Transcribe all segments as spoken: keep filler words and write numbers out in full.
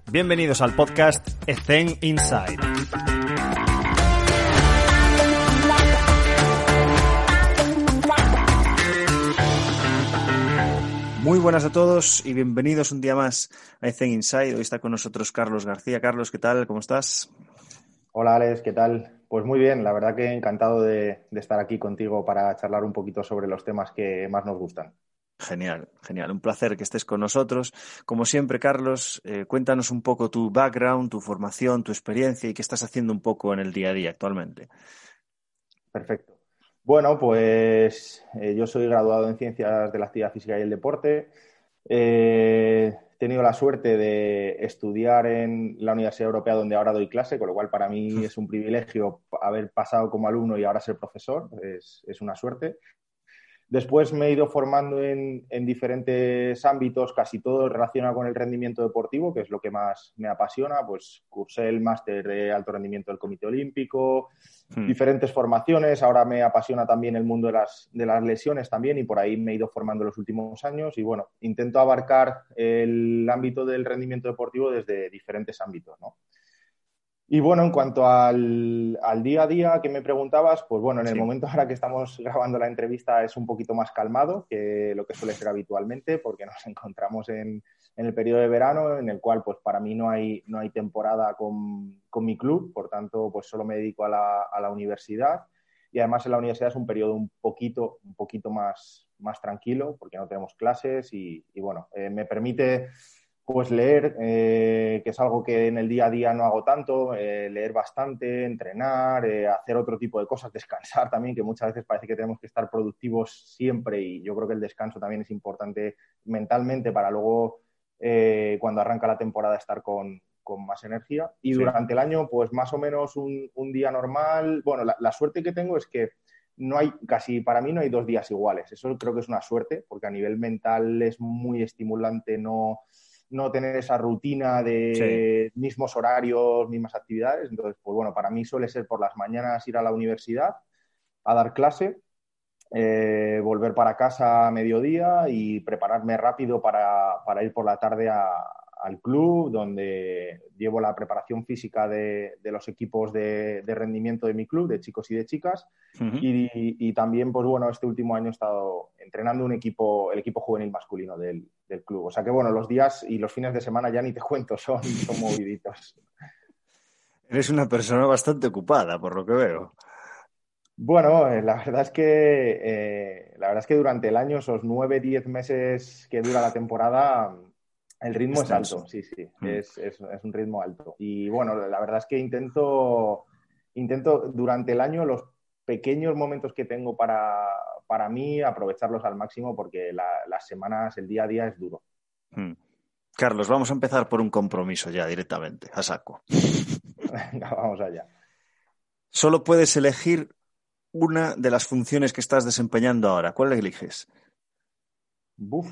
Bienvenidos al podcast Ethen Inside. Muy buenas a todos y bienvenidos un día más a Ethen Inside. Hoy está con nosotros Carlos García. Carlos, ¿qué tal? ¿Cómo estás? Hola Alex, ¿qué tal? Pues muy bien, la verdad que encantado de, de estar aquí contigo para charlar un poquito sobre los temas que más nos gustan. Genial, genial. Un placer que estés con nosotros. Como siempre, Carlos, eh, cuéntanos un poco tu background, tu formación, tu experiencia y qué estás haciendo un poco en el día a día actualmente. Perfecto. Bueno, pues eh, yo soy graduado en Ciencias de la Actividad Física y el Deporte. Eh, he tenido la suerte de estudiar en la Universidad Europea donde ahora doy clase, con lo cual para mí es un privilegio haber pasado como alumno y ahora ser profesor. Es, es una suerte. Después me he ido formando en, en diferentes ámbitos, casi todo relacionado con el rendimiento deportivo, que es lo que más me apasiona. Pues cursé el máster de alto rendimiento del Comité Olímpico, hmm. diferentes formaciones. Ahora me apasiona también el mundo de las, de las lesiones también y por ahí me he ido formando los últimos años. Y bueno, intento abarcar el ámbito del rendimiento deportivo desde diferentes ámbitos, ¿no? Y bueno, en cuanto al, al día a día que me preguntabas, pues bueno, en el sí. momento ahora que estamos grabando la entrevista es un poquito más calmado que lo que suele ser habitualmente, porque nos encontramos en, en el periodo de verano, en el cual pues para mí no hay, no hay temporada con, con mi club, por tanto pues solo me dedico a la, a la universidad y además en la universidad es un periodo un poquito, un poquito más, más tranquilo porque no tenemos clases y, y bueno, eh, me permite... Pues leer, eh, que es algo que en el día a día no hago tanto, eh, leer bastante, entrenar, eh, hacer otro tipo de cosas, descansar también, que muchas veces parece que tenemos que estar productivos siempre y yo creo que el descanso también es importante mentalmente para luego, eh, cuando arranca la temporada, estar con, con más energía. Y sí. durante el año, pues más o menos un, un día normal. Bueno, la, la suerte que tengo es que no hay, casi para mí no hay dos días iguales. Eso creo que es una suerte, porque a nivel mental es muy estimulante no... no tener esa rutina de sí. mismos horarios, mismas actividades. Entonces, pues bueno, para mí suele ser por las mañanas ir a la universidad a dar clase, eh, volver para casa a mediodía y prepararme rápido para, para ir por la tarde a, al club, donde llevo la preparación física de, de los equipos de, de rendimiento de mi club, de chicos y de chicas. Uh-huh. y, y también, pues bueno, este último año he estado entrenando un equipo, el equipo juvenil masculino del, del club. O sea que, bueno, los días y los fines de semana ya ni te cuento, son, son moviditos. Eres una persona bastante ocupada, por lo que veo. Bueno, eh, la verdad es que eh, la verdad es que durante el año, esos nueve, diez meses que dura la temporada, el ritmo es alto, sí, sí, mm. es, es, es un ritmo alto. Y bueno, la verdad es que intento, intento durante el año los pequeños momentos que tengo para, para mí, aprovecharlos al máximo porque la, las semanas, el día a día es duro. Mm. Carlos, vamos a empezar por un compromiso ya directamente, a saco. Venga, vamos allá. Solo puedes elegir una de las funciones que estás desempeñando ahora. ¿Cuál eliges? Buf.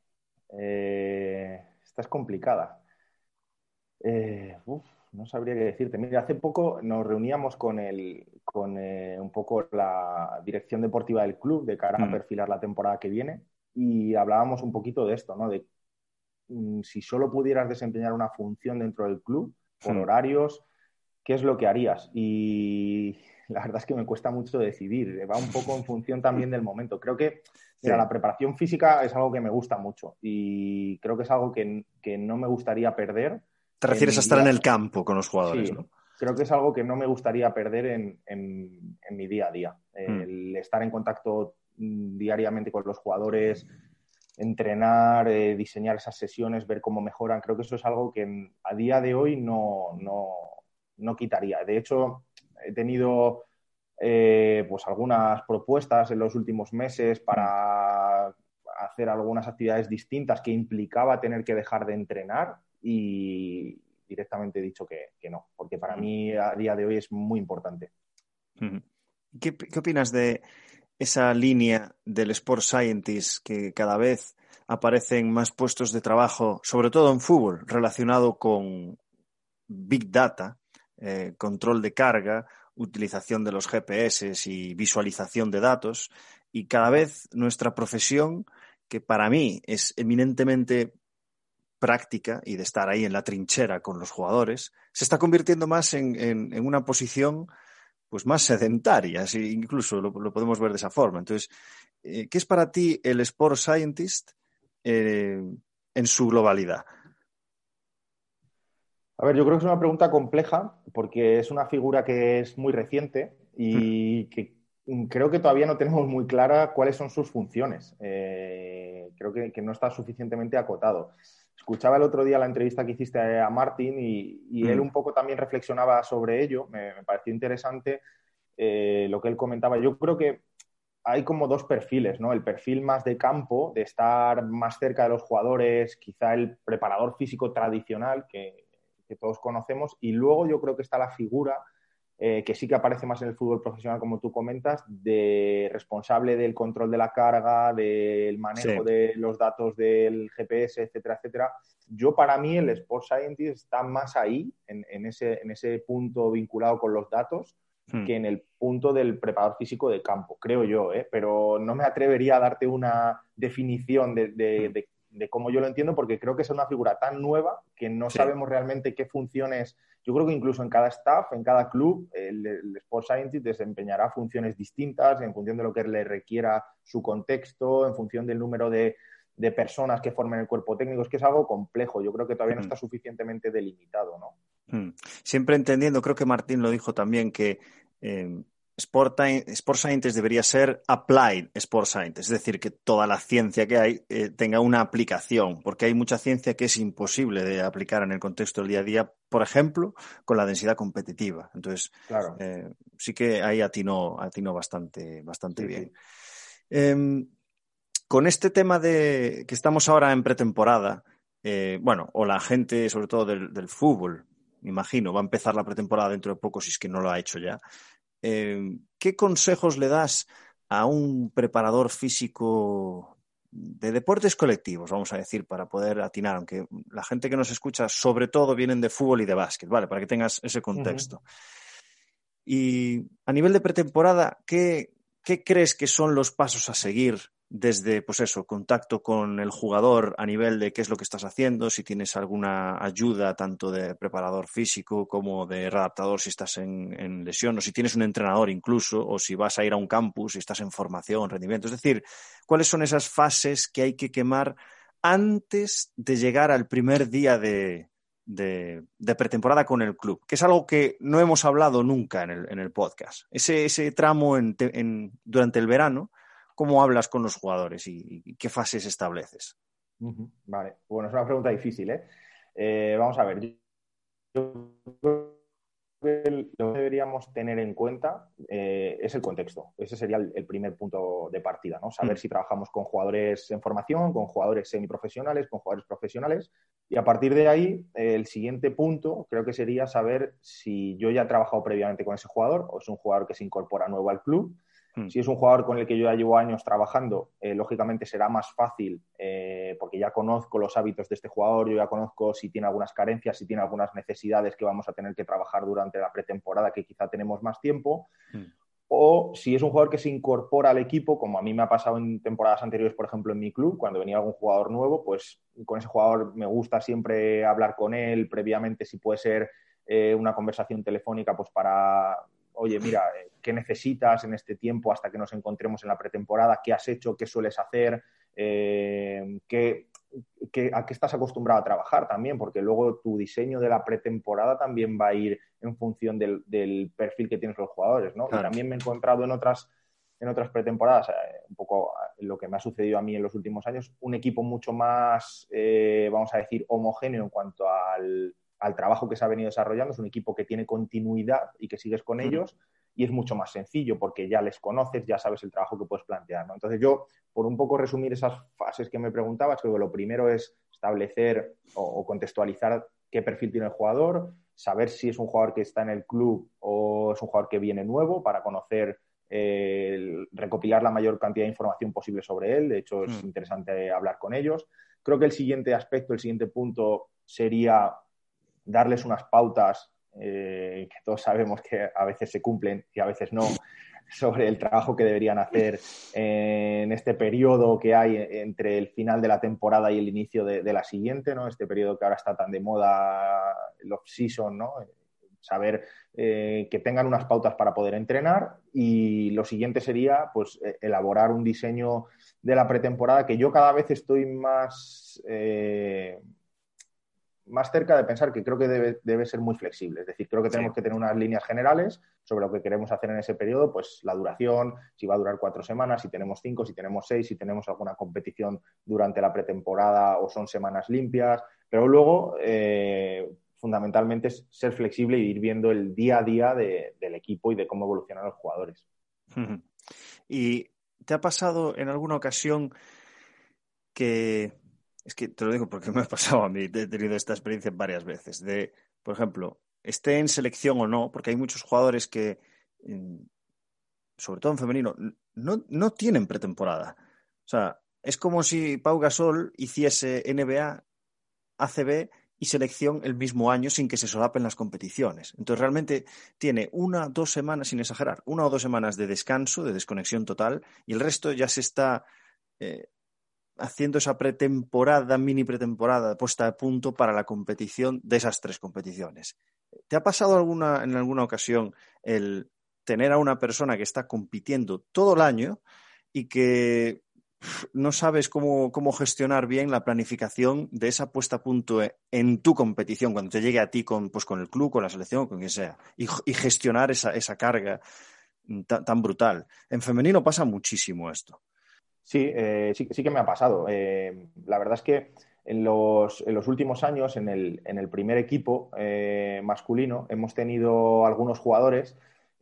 Eh, esta es complicada. Eh, uf, no sabría qué decirte. Mira, hace poco nos reuníamos con, el, con eh, un poco la dirección deportiva del club de cara mm. a perfilar la temporada que viene y hablábamos un poquito de esto, ¿no? De mm, si solo pudieras desempeñar una función dentro del club, por mm. horarios, ¿qué es lo que harías? Y la verdad es que me cuesta mucho decidir. Va un poco en función también del momento. Creo que mira, sí. la preparación física es algo que me gusta mucho y creo que es algo que, que no me gustaría perder. ¿Te refieres a estar día... en el campo con los jugadores, sí, no? Creo que es algo que no me gustaría perder en, en, en mi día a día. Mm. El estar en contacto diariamente con los jugadores, entrenar, eh, diseñar esas sesiones, ver cómo mejoran. Creo que eso es algo que a día de hoy no, no, no quitaría. De hecho, he tenido eh, pues algunas propuestas en los últimos meses para mm. hacer algunas actividades distintas que implicaba tener que dejar de entrenar y directamente he dicho que, que no, porque para mm. mí a día de hoy es muy importante. ¿Qué, qué opinas de esa línea del Sport Scientist que cada vez aparecen más puestos de trabajo, sobre todo en fútbol, relacionado con Big Data, eh, control de carga, utilización de los G P S y visualización de datos, y cada vez nuestra profesión, que para mí es eminentemente práctica y de estar ahí en la trinchera con los jugadores, se está convirtiendo más en, en, en una posición pues más sedentaria, así incluso lo, lo podemos ver de esa forma. Entonces, eh, ¿qué es para ti el Sport Scientist eh, en su globalidad? A ver, yo creo que es una pregunta compleja porque es una figura que es muy reciente y que creo que todavía no tenemos muy clara cuáles son sus funciones. Eh, creo que, que no está suficientemente acotado. Escuchaba el otro día la entrevista que hiciste a Martin y, y él Mm. un poco también reflexionaba sobre ello. Me, me pareció interesante eh, lo que él comentaba. Yo creo que hay como dos perfiles, ¿no? El perfil más de campo, de estar más cerca de los jugadores, quizá el preparador físico tradicional que, que todos conocemos, y luego yo creo que está la figura eh, que sí que aparece más en el fútbol profesional, como tú comentas, de responsable del control de la carga, del manejo Sí. de los datos del G P S, etcétera, etcétera. Yo, para mí, el Sport Scientist está más ahí, en, en, ese, en ese punto vinculado con los datos, Mm. que en el punto del preparador físico de campo, creo yo, ¿eh? Pero no me atrevería a darte una definición de, de, de, de cómo yo lo entiendo, porque creo que es una figura tan nueva que no Sí. sabemos realmente qué funciones. Yo creo que incluso en cada staff, en cada club, el, el Sport Scientist desempeñará funciones distintas en función de lo que le requiera su contexto, en función del número de, de personas que formen el cuerpo técnico. Es que es algo complejo. Yo creo que todavía no está suficientemente delimitado, ¿no? Siempre entendiendo, creo que Martín lo dijo también, que eh, Sport, Sport Scientist debería ser Applied Sport Scientist, es decir, que toda la ciencia que hay eh, tenga una aplicación, porque hay mucha ciencia que es imposible de aplicar en el contexto del día a día, por ejemplo, con la densidad competitiva. Entonces, claro. eh, sí que ahí atinó, atinó bastante, bastante Sí, bien. sí. Eh, con este tema de que estamos ahora en pretemporada, eh, bueno, o la gente, sobre todo del, del fútbol, me imagino, va a empezar la pretemporada dentro de poco, si es que no lo ha hecho ya. Eh, ¿Qué consejos le das a un preparador físico de deportes colectivos, vamos a decir, para poder atinar? Aunque la gente que nos escucha, sobre todo, vienen de fútbol y de básquet, ¿vale? Para que tengas ese contexto. Uh-huh. Y a nivel de pretemporada, ¿qué, qué crees que son los pasos a seguir desde, pues eso, contacto con el jugador a nivel de qué es lo que estás haciendo, si tienes alguna ayuda tanto de preparador físico como de readaptador si estás en, en lesión, o si tienes un entrenador incluso, o si vas a ir a un campus, si estás en formación, rendimiento? Es decir, ¿cuáles son esas fases que hay que quemar antes de llegar al primer día de, de, de pretemporada con el club? Que es algo que no hemos hablado nunca en el, en el podcast. Ese, ese tramo en, en, durante el verano, ¿cómo hablas con los jugadores y, y qué fases estableces? Uh-huh. Vale, bueno, es una pregunta difícil, ¿eh? eh vamos a ver, yo creo que lo que deberíamos tener en cuenta eh, es el contexto. Ese sería el, el primer punto de partida, ¿no? Saber mm. si trabajamos con jugadores en formación, con jugadores semiprofesionales, con jugadores profesionales, y a partir de ahí, eh, el siguiente punto creo que sería saber si yo ya he trabajado previamente con ese jugador o es un jugador que se incorpora nuevo al club. Si es un jugador con el que yo ya llevo años trabajando, eh, lógicamente será más fácil eh, porque ya conozco los hábitos de este jugador, yo ya conozco si tiene algunas carencias, si tiene algunas necesidades que vamos a tener que trabajar durante la pretemporada, que quizá tenemos más tiempo. Mm. O si es un jugador que se incorpora al equipo, como a mí me ha pasado en temporadas anteriores, por ejemplo, en mi club, cuando venía algún jugador nuevo, pues con ese jugador me gusta siempre hablar con él previamente, si puede ser eh, una conversación telefónica, pues para... oye, mira, ¿qué necesitas en este tiempo hasta que nos encontremos en la pretemporada? ¿Qué has hecho? ¿Qué sueles hacer? Eh, ¿qué, qué, ¿A qué estás acostumbrado a trabajar también? Porque luego tu diseño de la pretemporada también va a ir en función del, del perfil que tienes los jugadores, ¿no? Claro. Y también me he encontrado en otras, en otras pretemporadas, eh, un poco lo que me ha sucedido a mí en los últimos años, un equipo mucho más, eh, vamos a decir, homogéneo en cuanto al... al trabajo que se ha venido desarrollando. Es un equipo que tiene continuidad y que sigues con ellos, y es mucho más sencillo porque ya les conoces, ya sabes el trabajo que puedes plantear, ¿no? Entonces yo, por un poco resumir esas fases que me preguntabas, creo que lo primero es establecer o, o contextualizar qué perfil tiene el jugador, saber si es un jugador que está en el club o es un jugador que viene nuevo para conocer, eh, recopilar la mayor cantidad de información posible sobre él. De hecho, es mm. interesante hablar con ellos. Creo que el siguiente aspecto, el siguiente punto sería darles unas pautas eh, que todos sabemos que a veces se cumplen y a veces no, sobre el trabajo que deberían hacer en este periodo que hay entre el final de la temporada y el inicio de, de la siguiente, ¿no? Este periodo que ahora está tan de moda, el off-season, ¿no? Saber eh, que tengan unas pautas para poder entrenar, y lo siguiente sería pues elaborar un diseño de la pretemporada que yo cada vez estoy más eh, más cerca de pensar que creo que debe, debe ser muy flexible. Es decir, creo que tenemos sí. que tener unas líneas generales sobre lo que queremos hacer en ese periodo, pues la duración, si va a durar cuatro semanas, si tenemos cinco, si tenemos seis, si tenemos alguna competición durante la pretemporada o son semanas limpias, pero luego eh, fundamentalmente es ser flexible e ir viendo el día a día de, del equipo y de cómo evolucionan los jugadores. ¿Y te ha pasado en alguna ocasión que... Es que te lo digo porque me ha pasado a mí, he tenido esta experiencia varias veces, de, por ejemplo, esté en selección o no, porque hay muchos jugadores que, sobre todo en femenino, no, no tienen pretemporada. O sea, es como si Pau Gasol hiciese N B A, A C B y selección el mismo año sin que se solapen las competiciones. Entonces realmente tiene una, dos semanas, sin exagerar, una o dos semanas de descanso, de desconexión total, y el resto ya se está... Eh, haciendo esa pretemporada, mini pretemporada puesta a punto para la competición de esas tres competiciones. ¿Te ha pasado alguna, en alguna ocasión el tener a una persona que está compitiendo todo el año y que no sabes cómo, cómo gestionar bien la planificación de esa puesta a punto en tu competición, cuando te llegue a ti con, pues, con el club, con la selección, con quien sea, y, y gestionar esa, esa carga tan, tan brutal? En femenino pasa muchísimo esto. Sí, eh, sí, sí que me ha pasado. Eh, la verdad es que en los, en los últimos años, en el, en el primer equipo eh, masculino, hemos tenido algunos jugadores.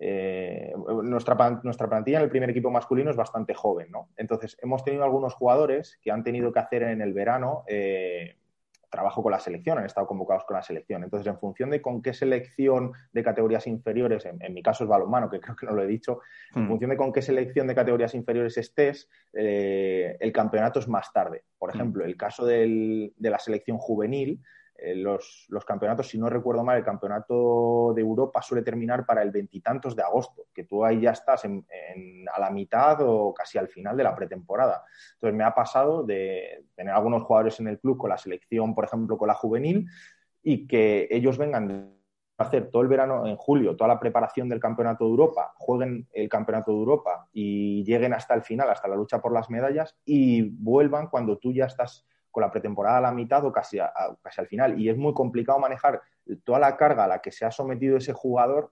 Eh, nuestra, nuestra plantilla en el primer equipo masculino es bastante joven, ¿no? Entonces, hemos tenido algunos jugadores que han tenido que hacer en el verano eh, trabajo con la selección, han estado convocados con la selección. Entonces, en función de con qué selección de categorías inferiores, en, en mi caso es balonmano, que creo que no lo he dicho, en mm. función de con qué selección de categorías inferiores estés, eh, el campeonato es más tarde. Por ejemplo, mm. el caso del, de la selección juvenil, eh, los, los campeonatos, si no recuerdo mal, el campeonato de Europa suele terminar para el veintitantos de agosto, que tú ahí ya estás en, en, a la mitad o casi al final de la pretemporada. Entonces, me ha pasado de tener algunos jugadores en el club con la selección, por ejemplo, con la juvenil, y que ellos vengan a hacer todo el verano, en julio, toda la preparación del Campeonato de Europa, jueguen el Campeonato de Europa y lleguen hasta el final, hasta la lucha por las medallas, y vuelvan cuando tú ya estás con la pretemporada a la mitad o casi, a, a, casi al final. Y es muy complicado manejar toda la carga a la que se ha sometido ese jugador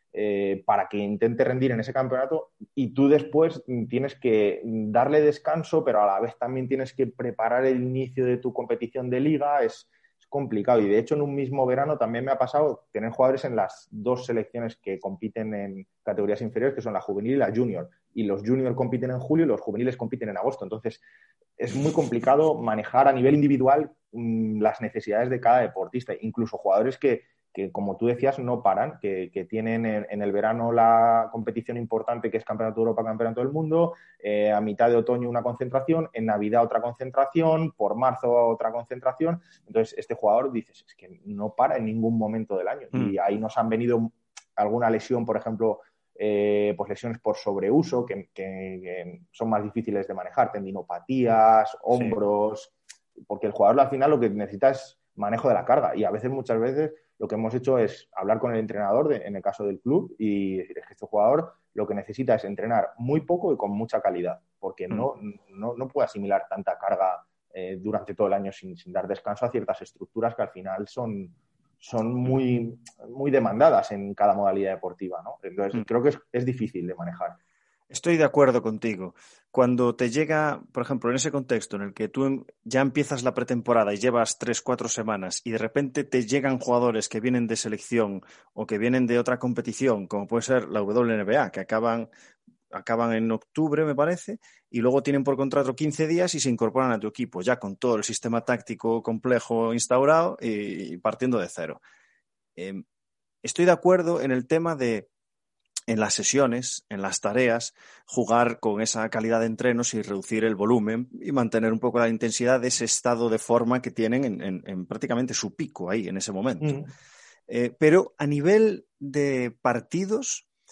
eh, para que intente rendir en ese campeonato, y tú después tienes que darle descanso, pero a la vez también tienes que preparar el inicio de tu competición de liga. Es, es complicado. Y de hecho, en un mismo verano también me ha pasado tener jugadores en las dos selecciones que compiten en categorías inferiores, que son la juvenil y la junior. Y los junior compiten en julio y los juveniles compiten en agosto. Entonces, es muy complicado manejar a nivel individual mmm, las necesidades de cada deportista. Incluso jugadores que, que como tú decías, no paran, que, que tienen en, en el verano la competición importante que es Campeonato de Europa, Campeonato del Mundo, eh, a mitad de otoño una concentración, en Navidad otra concentración, por marzo otra concentración. Entonces, este jugador, dices, es que no para en ningún momento del año. Mm. Y ahí nos han venido alguna lesión, por ejemplo, Eh, pues lesiones por sobreuso que, que, que son más difíciles de manejar, tendinopatías, hombros, sí. Porque el jugador al final lo que necesita es manejo de la carga, y a veces, muchas veces, lo que hemos hecho es hablar con el entrenador, de, en el caso del club, y decir que este jugador lo que necesita es entrenar muy poco y con mucha calidad, porque mm. no, no, no puede asimilar tanta carga eh, durante todo el año sin, sin dar descanso a ciertas estructuras que al final son... son muy, muy demandadas en cada modalidad deportiva, ¿no? Entonces, mm. creo que es, es difícil de manejar. Estoy de acuerdo contigo. Cuando te llega, por ejemplo, en ese contexto en el que tú ya empiezas la pretemporada y llevas tres, cuatro semanas y de repente te llegan jugadores que vienen de selección o que vienen de otra competición, como puede ser la W N B A, que acaban... acaban en octubre, me parece, y luego tienen por contrato quince días y se incorporan a tu equipo, ya con todo el sistema táctico complejo instaurado y partiendo de cero. Eh, estoy de acuerdo en el tema de, en las sesiones, en las tareas, jugar con esa calidad de entrenos y reducir el volumen y mantener un poco la intensidad de ese estado de forma que tienen en, en, en prácticamente su pico ahí, en ese momento. Mm. Eh, pero a nivel de partidos,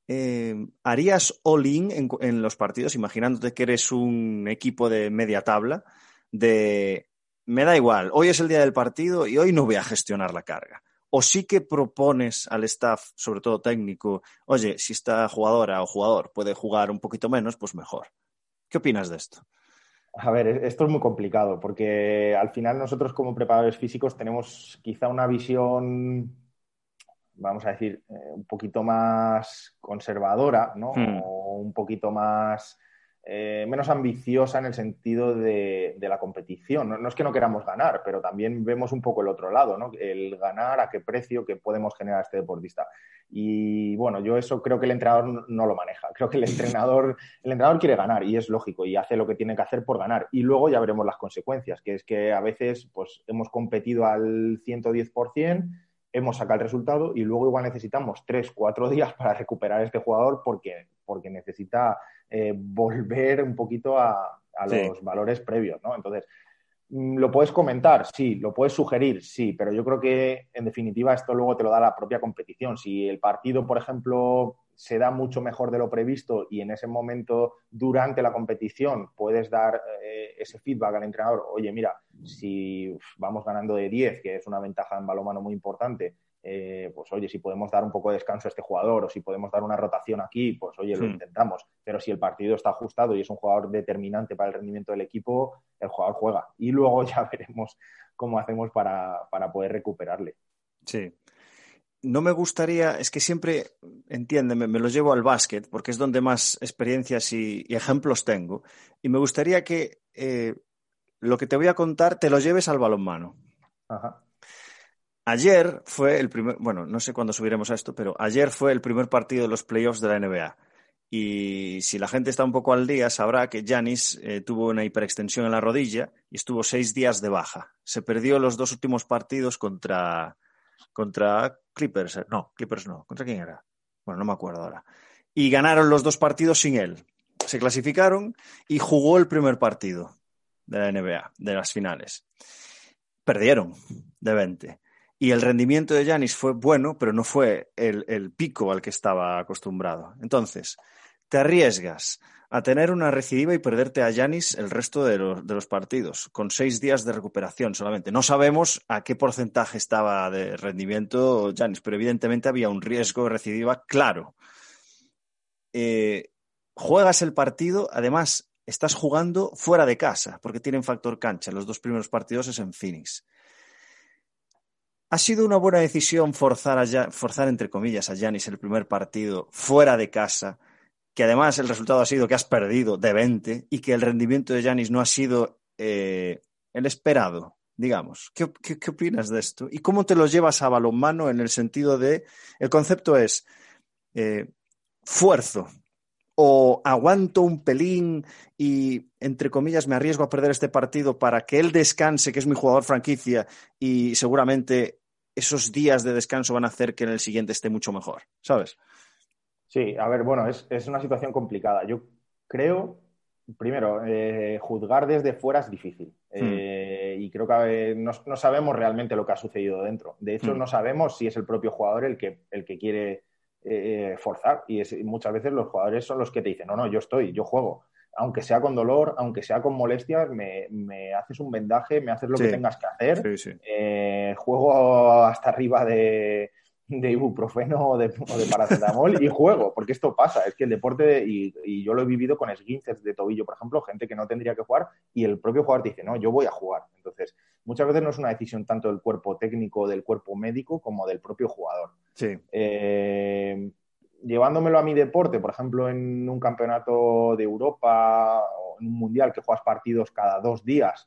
eh, ¿harías all-in en, en los partidos, imaginándote que eres un equipo de media tabla, de me da igual, hoy es el día del partido y hoy no voy a gestionar la carga? ¿O sí que propones al staff, sobre todo técnico, oye, si esta jugadora o jugador puede jugar un poquito menos, pues mejor? ¿Qué opinas de esto? A ver, esto es muy complicado porque al final nosotros como preparadores físicos tenemos quizá una visión, vamos a decir, eh, un poquito más conservadora, ¿no? Hmm. O un poquito más, eh, menos ambiciosa en el sentido de, de la competición. No, no es que no queramos ganar, pero también vemos un poco el otro lado, ¿no? El ganar, a qué precio que podemos generar a este deportista. Y bueno, yo eso creo que el entrenador no lo maneja. Creo que el entrenador, el entrenador quiere ganar y es lógico y hace lo que tiene que hacer por ganar. Y luego ya veremos las consecuencias, que es que a veces pues, hemos competido al ciento diez por ciento, hemos sacado el resultado y luego igual necesitamos tres, cuatro días para recuperar a este jugador porque, porque necesita eh, volver un poquito a, a los Sí. valores previos, ¿no? Entonces, ¿lo puedes comentar? Sí. ¿Lo puedes sugerir? Sí. Pero yo creo que, en definitiva, esto luego te lo da la propia competición. Si el partido, por ejemplo, se da mucho mejor de lo previsto y en ese momento, durante la competición, puedes dar eh, ese feedback al entrenador. Oye, mira, si uf, vamos ganando de diez, que es una ventaja en balonmano muy importante, eh, pues oye, si podemos dar un poco de descanso a este jugador o si podemos dar una rotación aquí, pues oye, lo Hmm. intentamos. Pero si el partido está ajustado y es un jugador determinante para el rendimiento del equipo, el jugador juega. Y luego ya veremos cómo hacemos para, para poder recuperarle. Sí. No me gustaría, es que siempre, entiéndeme, me lo llevo al básquet, porque es donde más experiencias y, y ejemplos tengo. Y me gustaría que eh, lo que te voy a contar te lo lleves al balonmano. Ajá. Ayer fue el primer, bueno, no sé cuándo subiremos a esto, pero ayer fue el primer partido de los playoffs de la N B A. Y si la gente está un poco al día, sabrá que Giannis eh, tuvo una hiperextensión en la rodilla y estuvo seis días de baja. Se perdió los dos últimos partidos contra, contra Clippers. No, Clippers no. ¿Contra quién era? Bueno, no me acuerdo ahora. Y ganaron los dos partidos sin él. Se clasificaron y jugó el primer partido de la N B A, de las finales. Perdieron de veinte. Y el rendimiento de Giannis fue bueno, pero no fue el, el pico al que estaba acostumbrado. Entonces, te arriesgas a tener una recidiva y perderte a Giannis el resto de los, de los partidos, con seis días de recuperación solamente. No sabemos a qué porcentaje estaba de rendimiento Giannis, pero evidentemente había un riesgo de recidiva claro. Eh, juegas el partido, además estás jugando fuera de casa, porque tienen factor cancha. Los dos primeros partidos es en Phoenix. ¿Ha sido una buena decisión forzar, a, forzar entre comillas, a Giannis el primer partido fuera de casa, que además el resultado ha sido que has perdido de veinte y que el rendimiento de Giannis no ha sido eh, el esperado, digamos? ¿Qué, qué, ¿Qué opinas de esto? ¿Y cómo te lo llevas a balonmano en el sentido de, el concepto es eh, fuerzo o aguanto un pelín y, entre comillas, me arriesgo a perder este partido para que él descanse, que es mi jugador franquicia, y seguramente esos días de descanso van a hacer que en el siguiente esté mucho mejor, ¿sabes? Sí, a ver, bueno, es, es una situación complicada. Yo creo, primero, eh, juzgar desde fuera es difícil. Hmm, Eh, y creo que eh, no, no sabemos realmente lo que ha sucedido dentro. De hecho, hmm, no sabemos si es el propio jugador el que, el que quiere eh, forzar. Y es, muchas veces los jugadores son los que te dicen, no, no, yo estoy, yo juego. Aunque sea con dolor, aunque sea con molestias, me, me haces un vendaje, me haces lo que sí, tengas que hacer. sí, sí. Eh, juego hasta arriba de de ibuprofeno o de, o de paracetamol y juego, porque esto pasa, es que el deporte, y, y yo lo he vivido con esguinces de tobillo, por ejemplo, gente que no tendría que jugar y el propio jugador te dice, no, yo voy a jugar. Entonces, muchas veces no es una decisión tanto del cuerpo técnico, del cuerpo médico, como del propio jugador. Sí. Eh, llevándomelo a mi deporte, por ejemplo, en un campeonato de Europa o en un mundial que juegas partidos cada dos días,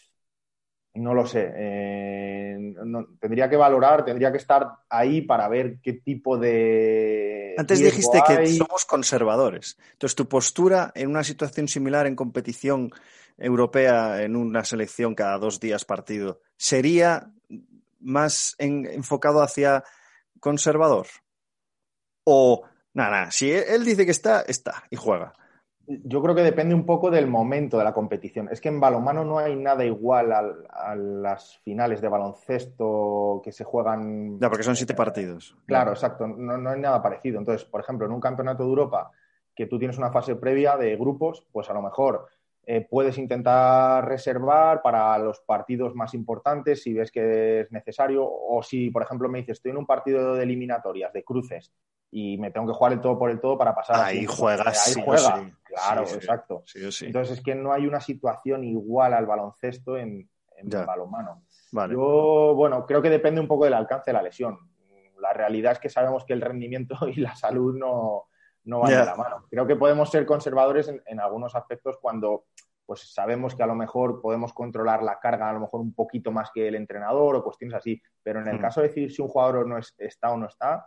no lo sé. Eh, no, tendría que valorar, tendría que estar ahí para ver qué tipo de Antes riesgo dijiste que hay. somos conservadores. Entonces, tu postura en una situación similar en competición europea, en una selección cada dos días partido, ¿sería más en, enfocado hacia conservador? O, nada, nada, si él dice que está, está y juega. Yo creo que depende un poco del momento de la competición. Es que en balonmano no hay nada igual al, a las finales de baloncesto que se juegan. Ya, porque son eh, siete partidos. claro, exacto. No, no hay nada parecido. Entonces, por ejemplo, en un campeonato de Europa que tú tienes una fase previa de grupos, pues a lo mejor eh, puedes intentar reservar para los partidos más importantes si ves que es necesario. O si, por ejemplo, me dices, estoy en un partido de eliminatorias, de cruces, y me tengo que jugar el todo por el todo para pasar al Ahí siguiente torneo. juegas, Ahí sí o juega, sí. Sí, claro, sí, exacto. sí o sí. Entonces es que no hay una situación igual al baloncesto en, en Ya, balonmano. vale. Yo, bueno, creo que depende un poco del alcance de la lesión. La realidad es que sabemos que el rendimiento y la salud no, no van de Ya. la mano. Creo que podemos ser conservadores en, en algunos aspectos cuando pues sabemos que a lo mejor podemos controlar la carga a lo mejor un poquito más que el entrenador o cuestiones así, pero en el Mm. caso de decir si un jugador no es, está o no está,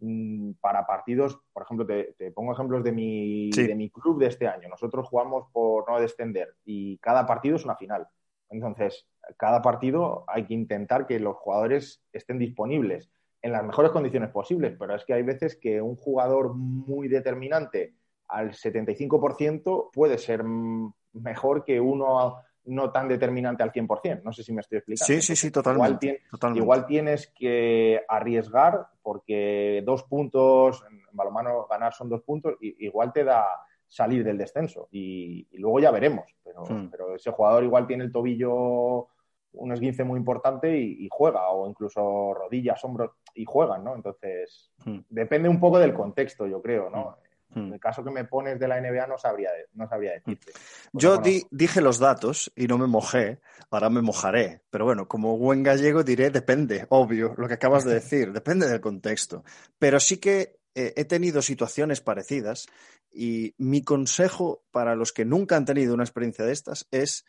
para partidos, por ejemplo, te, te, pongo ejemplos de mi, de Sí. mi club de este año. Nosotros jugamos por no descender y cada partido es una final. Entonces, cada partido hay que intentar que los jugadores estén disponibles en las mejores condiciones posibles, pero es que hay veces que un jugador muy determinante al setenta y cinco por ciento puede ser mejor que uno no tan determinante al cien por ciento. No sé si me estoy explicando. Sí, sí, Entonces, sí, igual, totalmente. tiene, Totalmente. igual tienes que arriesgar porque dos puntos, en balonmano ganar son dos puntos, y igual te da salir del descenso y, y luego ya veremos. Pero, Mm. pero ese jugador igual tiene el tobillo un esguince muy importante y, y juega, o incluso rodillas, hombros, y juegan, ¿no? Entonces, Mm. depende un poco del contexto, yo creo, Mm. ¿no? En Mm. el caso que me pones de la N B A no sabría, no sabría decirte, porque no Yo di- conozco. dije los datos y no me mojé, ahora me mojaré. Pero bueno, como buen gallego diré, depende, obvio, lo que acabas de decir, depende del contexto. Pero sí que eh, he tenido situaciones parecidas y mi consejo para los que nunca han tenido una experiencia de estas es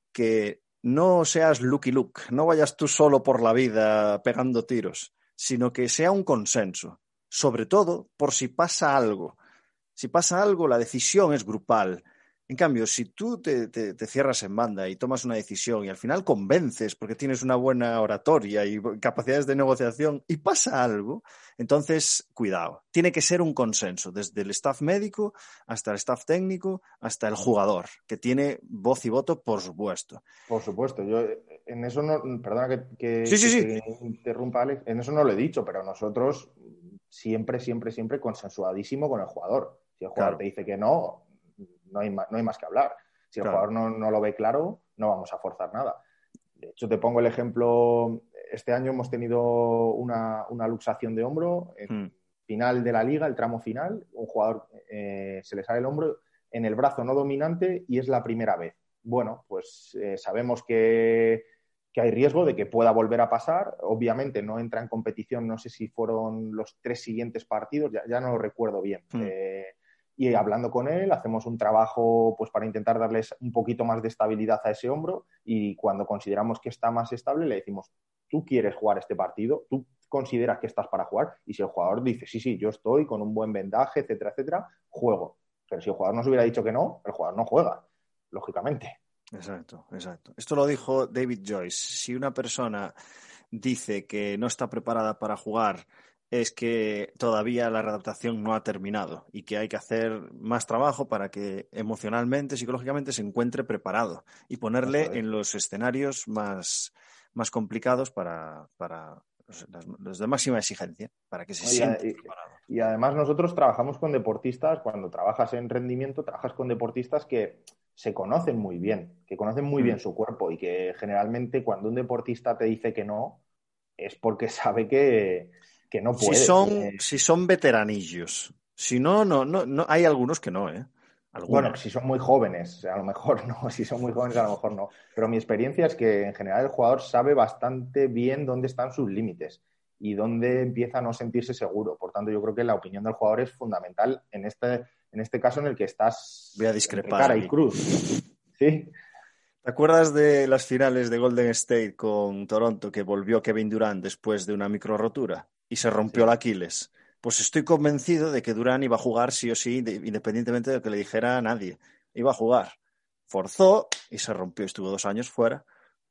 que no seas Lucky Luke, no vayas tú solo por la vida pegando tiros, sino que sea un consenso, sobre todo por si pasa algo. Si pasa algo, la decisión es grupal. En cambio, si tú te, te, te cierras en banda y tomas una decisión y al final convences porque tienes una buena oratoria y capacidades de negociación y pasa algo, entonces cuidado. Tiene que ser un consenso, desde el staff médico hasta el staff técnico, hasta el jugador, que tiene voz y voto, por supuesto. Por supuesto, yo en eso no, perdona que, Sí, que, sí, que sí. te interrumpa, Alex, en eso no lo he dicho, pero nosotros siempre, siempre, siempre consensuadísimo con el jugador. Si el jugador Claro, te dice que no, no hay más, no hay más que hablar. Si el claro. jugador no, no lo ve claro, no vamos a forzar nada. De hecho, te pongo el ejemplo, este año hemos tenido una, una luxación de hombro en Hmm. final de la liga, el tramo final, un jugador eh, se le sale el hombro en el brazo no dominante y es la primera vez. Bueno, pues eh, sabemos que, que hay riesgo de que pueda volver a pasar. Obviamente no entra en competición, no sé si fueron los tres siguientes partidos, ya, ya no lo recuerdo bien. Hmm. Eh, y hablando con él, hacemos un trabajo pues, para intentar darles un poquito más de estabilidad a ese hombro, y cuando consideramos que está más estable le decimos, ¿tú quieres jugar este partido? ¿Tú consideras que estás para jugar? Y si el jugador dice, sí, sí, yo estoy con un buen vendaje, etcétera, etcétera, juego. Pero si el jugador nos hubiera dicho que no, el jugador no juega, lógicamente. Exacto, exacto. Esto lo dijo David Joyce. Si una persona dice que no está preparada para jugar, es que todavía la readaptación no ha terminado y que hay que hacer más trabajo para que emocionalmente, psicológicamente se encuentre preparado y ponerle Eso es. en los escenarios más, más complicados para, para los, los de máxima exigencia, para que se Y, sienta preparado. y, además nosotros trabajamos con deportistas, cuando trabajas en rendimiento, trabajas con deportistas que se conocen muy bien, que conocen muy Hmm. bien su cuerpo, y que generalmente cuando un deportista te dice que no, es porque sabe que, que no Si puede. son, Eh, si son veteranillos. Si no, no, no, no, hay algunos que no, ¿eh? bueno, Algunos. si son muy jóvenes, a lo mejor no, si son muy jóvenes, a lo mejor no. Pero mi experiencia es que en general el jugador sabe bastante bien dónde están sus límites y dónde empieza a no sentirse seguro. Por tanto, yo creo que la opinión del jugador es fundamental en este, en este caso en el que Voy a estás entre discrepar cara y aquí. cruz. ¿Sí? ¿Te acuerdas de las finales de Golden State con Toronto que volvió Kevin Durant después de una micro rotura y se rompió el Sí. Aquiles? Pues estoy convencido de que Durant iba a jugar sí o sí, de, independientemente de lo que le dijera a nadie. Iba a jugar. Forzó y se rompió. Estuvo dos años fuera.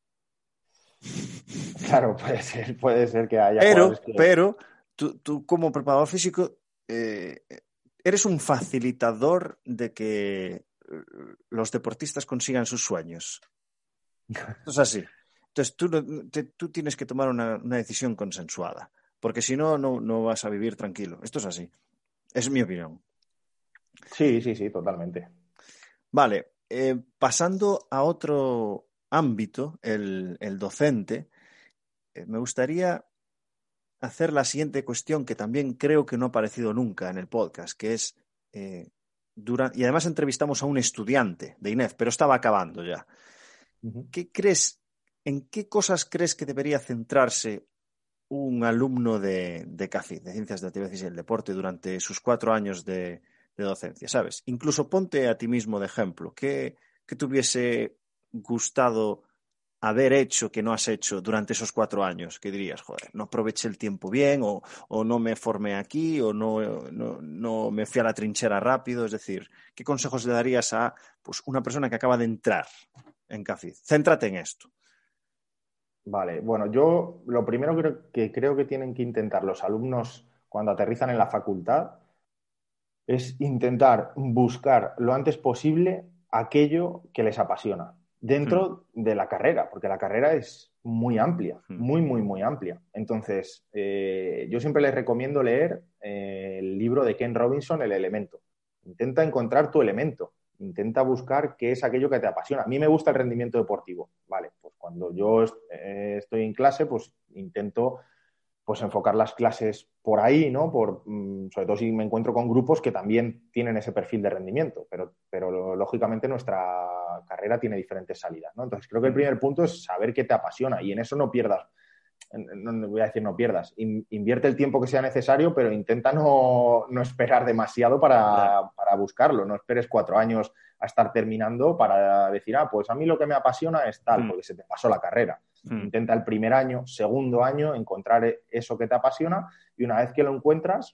Claro, puede ser, puede ser que haya jugadores Pero, que... pero, tú, tú como preparador físico, eh, eres un facilitador de que los deportistas consigan sus sueños. Esto es así. Entonces tú, te, tú tienes que tomar una, una decisión consensuada, porque si no, no, no vas a vivir tranquilo. Esto es así. Es mi opinión. Sí, sí, sí, totalmente. Vale, eh, pasando a otro ámbito, el, el docente, eh, me gustaría hacer la siguiente cuestión que también creo que no ha aparecido nunca en el podcast, que es, eh, durante, y además entrevistamos a un estudiante de I N E F, pero estaba acabando ya. Uh-huh. ¿Qué crees, en qué cosas crees que debería centrarse un alumno de, de C A F I, de Ciencias de la Actividad Física y el Deporte, durante sus cuatro años de, de docencia? ¿Sabes? Incluso ponte a ti mismo de ejemplo. ¿Qué, qué te hubiese gustado haber hecho que no has hecho durante esos cuatro años? ¿Qué dirías? Joder, no aproveché el tiempo bien, o, o no me formé aquí, o no, no, no me fui a la trinchera rápido. Es decir, ¿qué consejos le darías a pues, una persona que acaba de entrar en C A F I? Céntrate en esto. Vale, bueno, yo lo primero que, que creo que tienen que intentar los alumnos cuando aterrizan en la facultad es intentar buscar lo antes posible aquello que les apasiona dentro hmm. de la carrera, porque la carrera es muy amplia, hmm. muy, muy, muy amplia. Entonces, eh, yo siempre les recomiendo leer eh, el libro de Ken Robinson, El Elemento. Intenta encontrar tu elemento, intenta buscar qué es aquello que te apasiona. A mí me gusta el rendimiento deportivo, vale, pues cuando yo est- eh, estoy en clase, pues intento pues enfocar las clases por ahí, ¿no? Por, sobre todo si me encuentro con grupos que también tienen ese perfil de rendimiento, pero, pero lógicamente nuestra carrera tiene diferentes salidas, ¿no? Entonces creo que el primer punto es saber qué te apasiona y en eso no pierdas, no voy a decir no pierdas, invierte el tiempo que sea necesario, pero intenta no, no esperar demasiado para, para buscarlo, no esperes cuatro años a estar terminando para decir, ah, pues a mí lo que me apasiona es tal, porque se te pasó la carrera. Mm. Intenta el primer año, segundo año, encontrar eso que te apasiona y una vez que lo encuentras,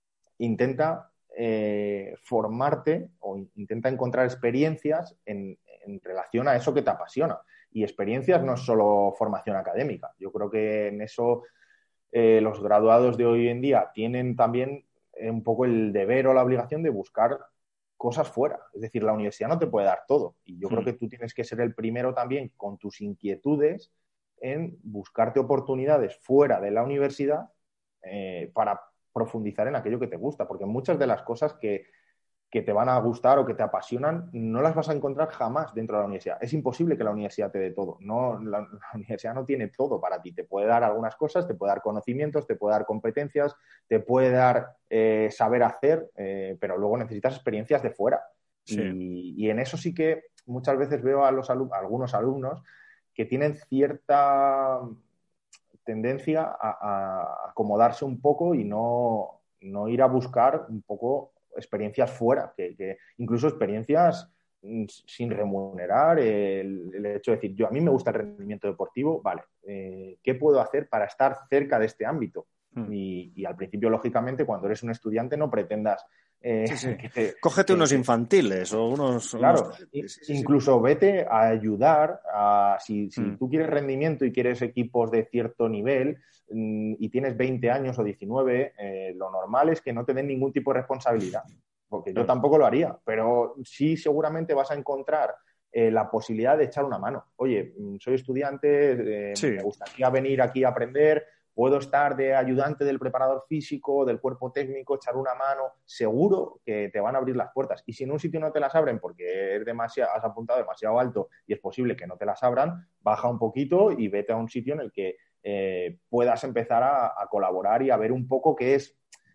intenta eh, formarte o intenta encontrar experiencias en, en relación a eso que te apasiona. Y experiencias no es solo formación académica. Yo creo que en eso eh, los graduados de hoy en día tienen también eh, un poco el deber o la obligación de buscar cosas fuera. Es decir, la universidad no te puede dar todo. Y yo mm. creo que tú tienes que ser el primero también con tus inquietudes en buscarte oportunidades fuera de la universidad eh, para profundizar en aquello que te gusta. Porque muchas de las cosas que, que te van a gustar o que te apasionan no las vas a encontrar jamás dentro de la universidad. Es imposible que la universidad te dé todo. No, la, la universidad no tiene todo para ti. Te puede dar algunas cosas, te puede dar conocimientos, te puede dar competencias, te puede dar eh, saber hacer, eh, pero luego necesitas experiencias de fuera. Sí. Y, y en eso sí que muchas veces veo a, los alum- a algunos alumnos que tienen cierta tendencia a, a acomodarse un poco y no, no ir a buscar un poco experiencias fuera, que, que incluso experiencias sin remunerar, el, el hecho de decir, yo a mí me gusta el rendimiento deportivo, vale, eh, ¿qué puedo hacer para estar cerca de este ámbito? Mm. Y, y al principio, lógicamente, cuando eres un estudiante no pretendas eh, sí, sí. que te, cógete que, unos que, infantiles o unos... Claro, unos... Sí, sí, incluso sí. vete a ayudar a, si, si mm. tú quieres rendimiento y quieres equipos de cierto nivel mmm, y tienes veinte años o diecinueve, eh, lo normal es que no te den ningún tipo de responsabilidad, porque claro. Yo tampoco lo haría, pero sí seguramente vas a encontrar eh, la posibilidad de echar una mano. Oye, soy estudiante, eh, sí. me gustaría venir aquí a aprender, puedo estar de ayudante del preparador físico, del cuerpo técnico, echar una mano, seguro que te van a abrir las puertas. Y si en un sitio no te las abren porque es demasiado, has apuntado demasiado alto y es posible que no te las abran, baja un poquito y vete a un sitio en el que eh, puedas empezar a, a colaborar y a ver un poco qué es,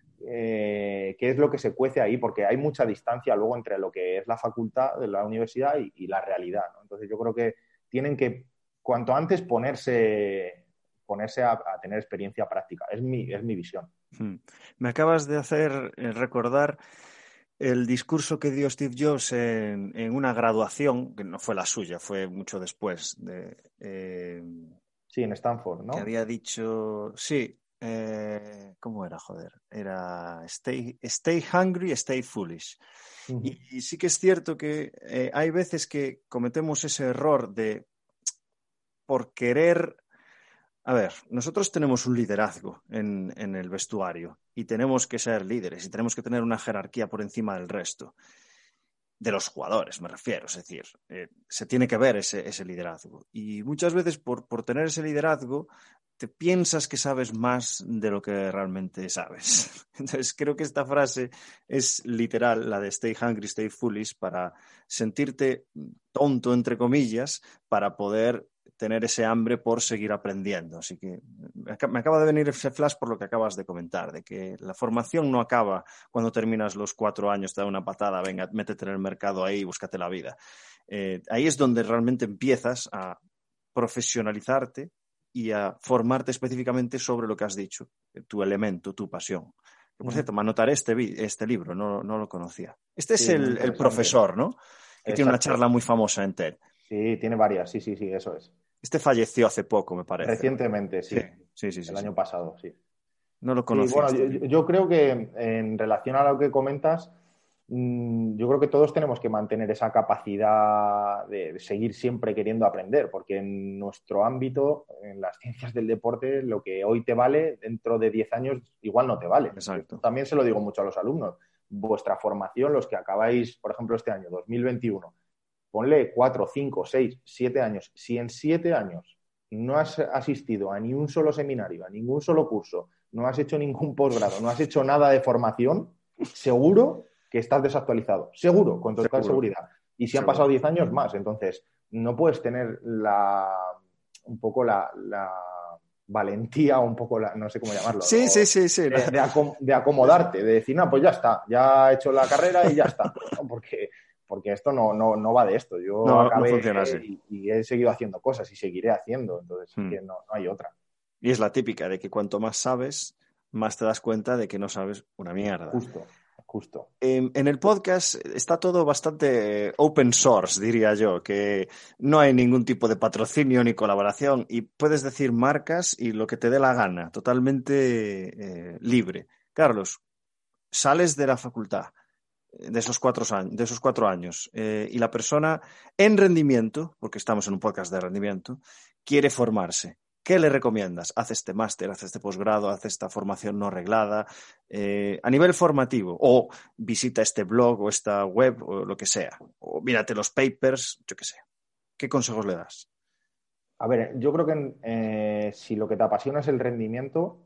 eh, qué es lo que se cuece ahí, porque hay mucha distancia luego entre lo que es la facultad de la universidad y, y la realidad, ¿no? Entonces yo creo que tienen que cuanto antes ponerse... ponerse a, a tener experiencia práctica. Es mi, es mi visión. Hmm. Me acabas de hacer recordar el discurso que dio Steve Jobs en, en una graduación, que no fue la suya, fue mucho después. De, eh, sí, en Stanford, ¿no? Que había dicho, sí, eh, ¿cómo era, joder? Era stay, stay hungry, stay foolish. Uh-huh. y, y sí que es cierto que eh, hay veces que cometemos ese error de, por querer A ver, nosotros tenemos un liderazgo en, en el vestuario y tenemos que ser líderes y tenemos que tener una jerarquía por encima del resto. De los jugadores, me refiero, es decir, eh, se tiene que ver ese, ese liderazgo. Y muchas veces por, por tener ese liderazgo te piensas que sabes más de lo que realmente sabes. Entonces creo que esta frase es literal, la de stay hungry, stay foolish, para sentirte tonto, entre comillas, para poder tener ese hambre por seguir aprendiendo. Así que me acaba de venir ese flash por lo que acabas de comentar, de que la formación no acaba cuando terminas los cuatro años, te da una patada, venga, métete en el mercado ahí y búscate la vida. Eh, ahí es donde realmente empiezas a profesionalizarte y a formarte específicamente sobre lo que has dicho, tu elemento, tu pasión. Que, por cierto, me anotaré este, este libro, no, no lo conocía. Este Sí, es el, el profesor, ¿no? Que Exacto. tiene una charla muy famosa en TED. Sí, tiene varias, sí, sí, sí, eso es. Este falleció hace poco, me parece. Recientemente, sí. Sí, sí, sí. sí El sí. año pasado, sí. No lo Sí, conocía. bueno, Este yo, yo creo que en relación a lo que comentas, mmm, yo creo que todos tenemos que mantener esa capacidad de seguir siempre queriendo aprender, porque en nuestro ámbito, en las ciencias del deporte, lo que hoy te vale, dentro de diez años igual no te vale. Exacto. Yo también se lo digo mucho a los alumnos. Vuestra formación, los que acabáis, por ejemplo, este año, dos mil veintiuno, ponle cuatro, cinco, seis, siete años. Si en siete años no has asistido a ni un solo seminario, a ningún solo curso, no has hecho ningún posgrado, no has hecho nada de formación, seguro que estás desactualizado. Seguro, con total Seguro. seguridad. Y si Seguro. han pasado diez años, más. Entonces, no puedes tener la un poco la, la valentía o un poco la, no sé cómo llamarlo. Sí, ¿no? sí, sí, sí. De, de, acom de acomodarte, de decir, no, pues ya está, ya he hecho la carrera y ya está. ¿No? Porque porque esto no, no, no va de esto. Yo no, acabé no funciona así. y, y he seguido haciendo cosas y seguiré haciendo, entonces hmm. que no, no hay otra. Y es la típica de que cuanto más sabes, más te das cuenta de que no sabes una mierda. Justo, justo. En, en el podcast está todo bastante open source, diría yo, que no hay ningún tipo de patrocinio ni colaboración y puedes decir marcas y lo que te dé la gana, totalmente eh, libre. Carlos, sales de la facultad de esos cuatro años, de esos cuatro años eh, y la persona en rendimiento, porque estamos en un podcast de rendimiento, quiere formarse. ¿Qué le recomiendas? Haz este máster, haz este posgrado, haz esta formación no reglada, eh, a nivel formativo, o visita este blog o esta web o lo que sea, o mírate los papers, yo qué sé. ¿Qué consejos le das? A ver, yo creo que eh, si lo que te apasiona es el rendimiento,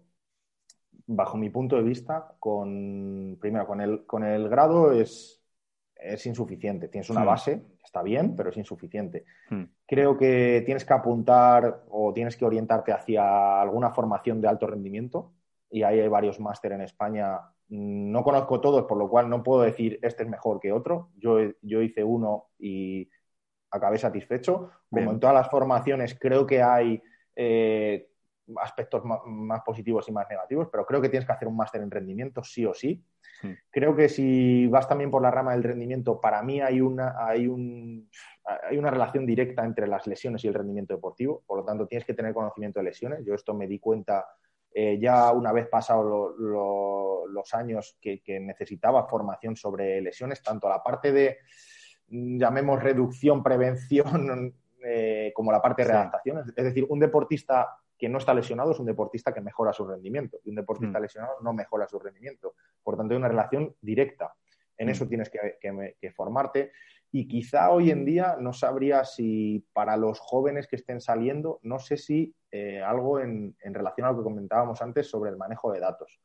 bajo mi punto de vista, con primero, con el, con el grado es, es insuficiente. Tienes una Hmm. base, está bien, pero es insuficiente. Hmm. Creo que tienes que apuntar o tienes que orientarte hacia alguna formación de alto rendimiento y ahí hay varios máster en España. No conozco todos, por lo cual no puedo decir este es mejor que otro. Yo, yo hice uno y acabé satisfecho. Como Bien. en todas las formaciones, creo que hay eh, aspectos más, más positivos y más negativos, pero creo que tienes que hacer un máster en rendimiento sí o sí. Hmm. Creo que si vas también por la rama del rendimiento, para mí hay una, hay, un, hay una relación directa entre las lesiones y el rendimiento deportivo, por lo tanto tienes que tener conocimiento de lesiones. Yo esto me di cuenta eh, ya una vez pasados lo, lo, los años que, que necesitaba formación sobre lesiones, tanto la parte de, llamemos reducción, prevención, eh, como la parte de readaptación. Sí. Es decir, un deportista que no está lesionado es un deportista que mejora su rendimiento y un deportista mm. lesionado no mejora su rendimiento. Por tanto, hay una relación directa. En mm. eso tienes que, que, que formarte y quizá hoy en día no sabría si para los jóvenes que estén saliendo, no sé si eh, algo en, en relación a lo que comentábamos antes sobre el manejo de datos.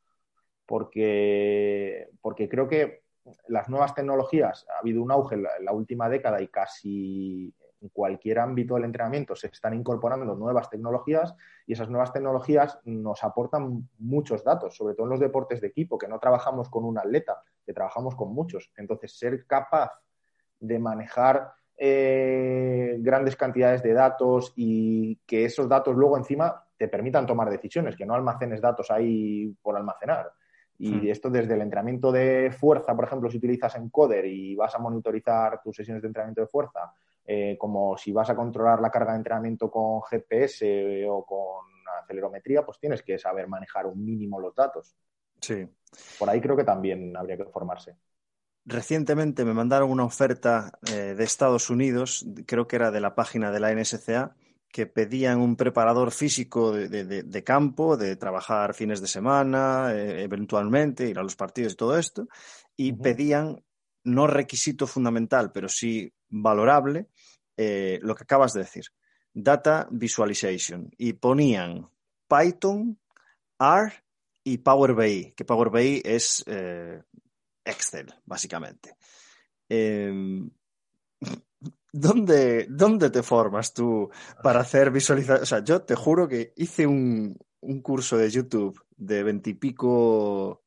Porque, porque creo que las nuevas tecnologías, ha habido un auge en la, en la última década y casi en cualquier ámbito del entrenamiento se están incorporando nuevas tecnologías y esas nuevas tecnologías nos aportan muchos datos, sobre todo en los deportes de equipo, que no trabajamos con un atleta, que trabajamos con muchos. Entonces, ser capaz de manejar eh, grandes cantidades de datos y que esos datos luego encima te permitan tomar decisiones, que no almacenes datos ahí por almacenar. Y esto desde el entrenamiento de fuerza, por ejemplo, si utilizas Encoder y vas a monitorizar tus sesiones de entrenamiento de fuerza, eh, como si vas a controlar la carga de entrenamiento con G P S o con acelerometría, pues tienes que saber manejar un mínimo los datos. Sí. Por ahí creo que también habría que formarse. Recientemente me mandaron una oferta eh, de Estados Unidos, creo que era de la página de la N S C A, que pedían un preparador físico de, de, de campo, de trabajar fines de semana, eh, eventualmente ir a los partidos y todo esto, y Uh-huh. pedían, no requisito fundamental, pero sí valorable, eh, lo que acabas de decir, Data Visualization, y ponían Python, R y Power B I, que Power B I es eh, Excel, básicamente. Eh, ¿Dónde, ¿Dónde te formas tú para hacer visualización? O sea, yo te juro que hice un, un curso de YouTube de veintipico,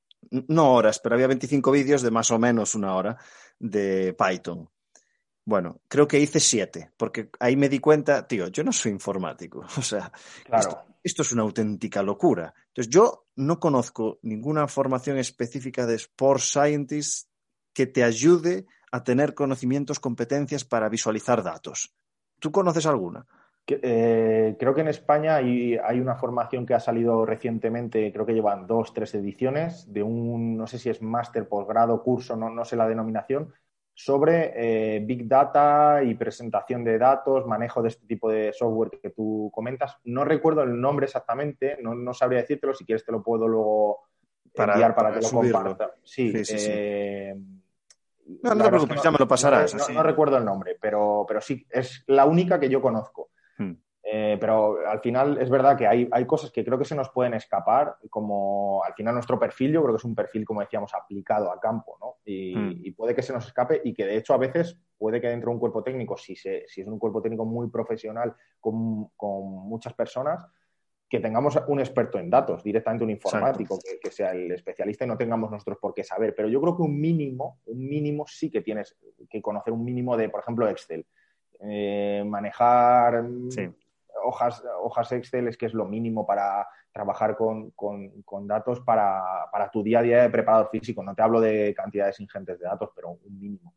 no horas, pero había veinticinco vídeos de más o menos una hora de Python. Bueno, creo que hice siete, porque ahí me di cuenta, tío, yo no soy informático. O sea, esto, Claro. esto es una auténtica locura. Entonces, yo no conozco ninguna formación específica de Sports Scientist que te ayude a tener conocimientos, competencias para visualizar datos. ¿Tú conoces alguna? Que, eh, creo que en España hay, hay una formación que ha salido recientemente, creo que llevan dos, tres ediciones, de un, no sé si es máster, posgrado, curso, no, no sé la denominación, sobre eh, Big Data y presentación de datos, manejo de este tipo de software que tú comentas. No recuerdo el nombre exactamente, no, no sabría decírtelo, si quieres te lo puedo luego Para, enviar para para que lo subirlo. comparta. Sí, Sí, sí, sí. eh, No, no la te verdad es que preocupes, no, ya me lo no, pasarás, no, así. no recuerdo el nombre, pero, pero sí, es la única que yo conozco. Hmm. Eh, pero al final es verdad que hay, hay cosas que creo que se nos pueden escapar, como al final nuestro perfil, yo creo que es un perfil, como decíamos, aplicado a campo, ¿no? Hmm. Y, y puede que se nos escape y que de hecho a veces puede que dentro de un cuerpo técnico, si, se, si es un cuerpo técnico muy profesional con, con muchas personas, que tengamos un experto en datos, directamente un Exacto. informático, que, que sea el especialista y no tengamos nosotros por qué saber. Pero yo creo que un mínimo, un mínimo sí que tienes que conocer un mínimo de, por ejemplo, Excel. Eh, manejar Sí. hojas, hojas Excel es que es lo mínimo para trabajar con, con, con datos para, para, tu día a día de preparador físico. No te hablo de cantidades ingentes de datos, pero un mínimo.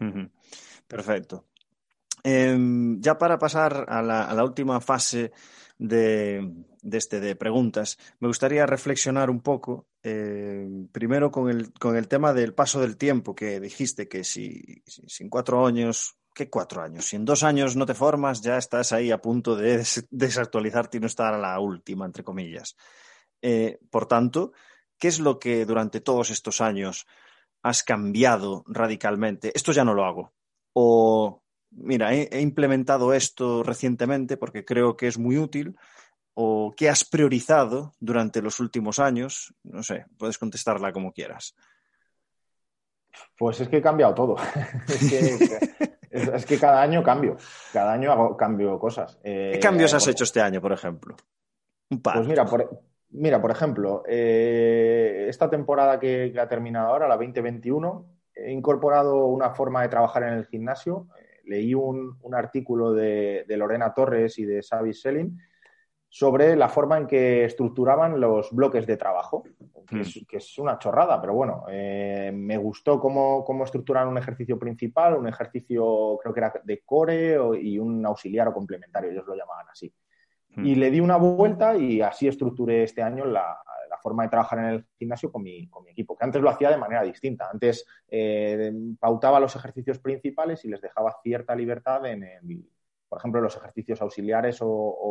Perfecto. Eh, ya para pasar a la, a la última fase de, de, este, de preguntas, me gustaría reflexionar un poco, eh, primero con el, con el tema del paso del tiempo, que dijiste que si, si, si en cuatro años, ¿qué cuatro años? Si en dos años no te formas, ya estás ahí a punto de des desactualizarte y no estar a la última, entre comillas. Eh, por tanto, ¿qué es lo que durante todos estos años has cambiado radicalmente? Esto ya no lo hago. O, mira, he, he implementado esto recientemente porque creo que es muy útil. ¿O qué has priorizado durante los últimos años? No sé, puedes contestarla como quieras. Pues es que he cambiado todo. es, que, es, es que cada año cambio. Cada año hago, cambio cosas. ¿Qué cambios Eh, has por, hecho este año, por ejemplo? Un Pues par. mira, por, mira, por ejemplo, eh, esta temporada que, que ha terminado ahora, la veinte veintiuno, he incorporado una forma de trabajar en el gimnasio. Eh, leí un, un artículo de, de Lorena Torres y de Xavi Selin sobre la forma en que estructuraban los bloques de trabajo, que es, que es una chorrada, pero bueno, eh, me gustó cómo, cómo estructuran un ejercicio principal, un ejercicio creo que era de core o, y un auxiliar o complementario, ellos lo llamaban así. Y le di una vuelta y así estructuré este año la, la forma de trabajar en el gimnasio con mi, con mi equipo, que antes lo hacía de manera distinta. Antes eh, pautaba los ejercicios principales y les dejaba cierta libertad en, el, por ejemplo, los ejercicios auxiliares o,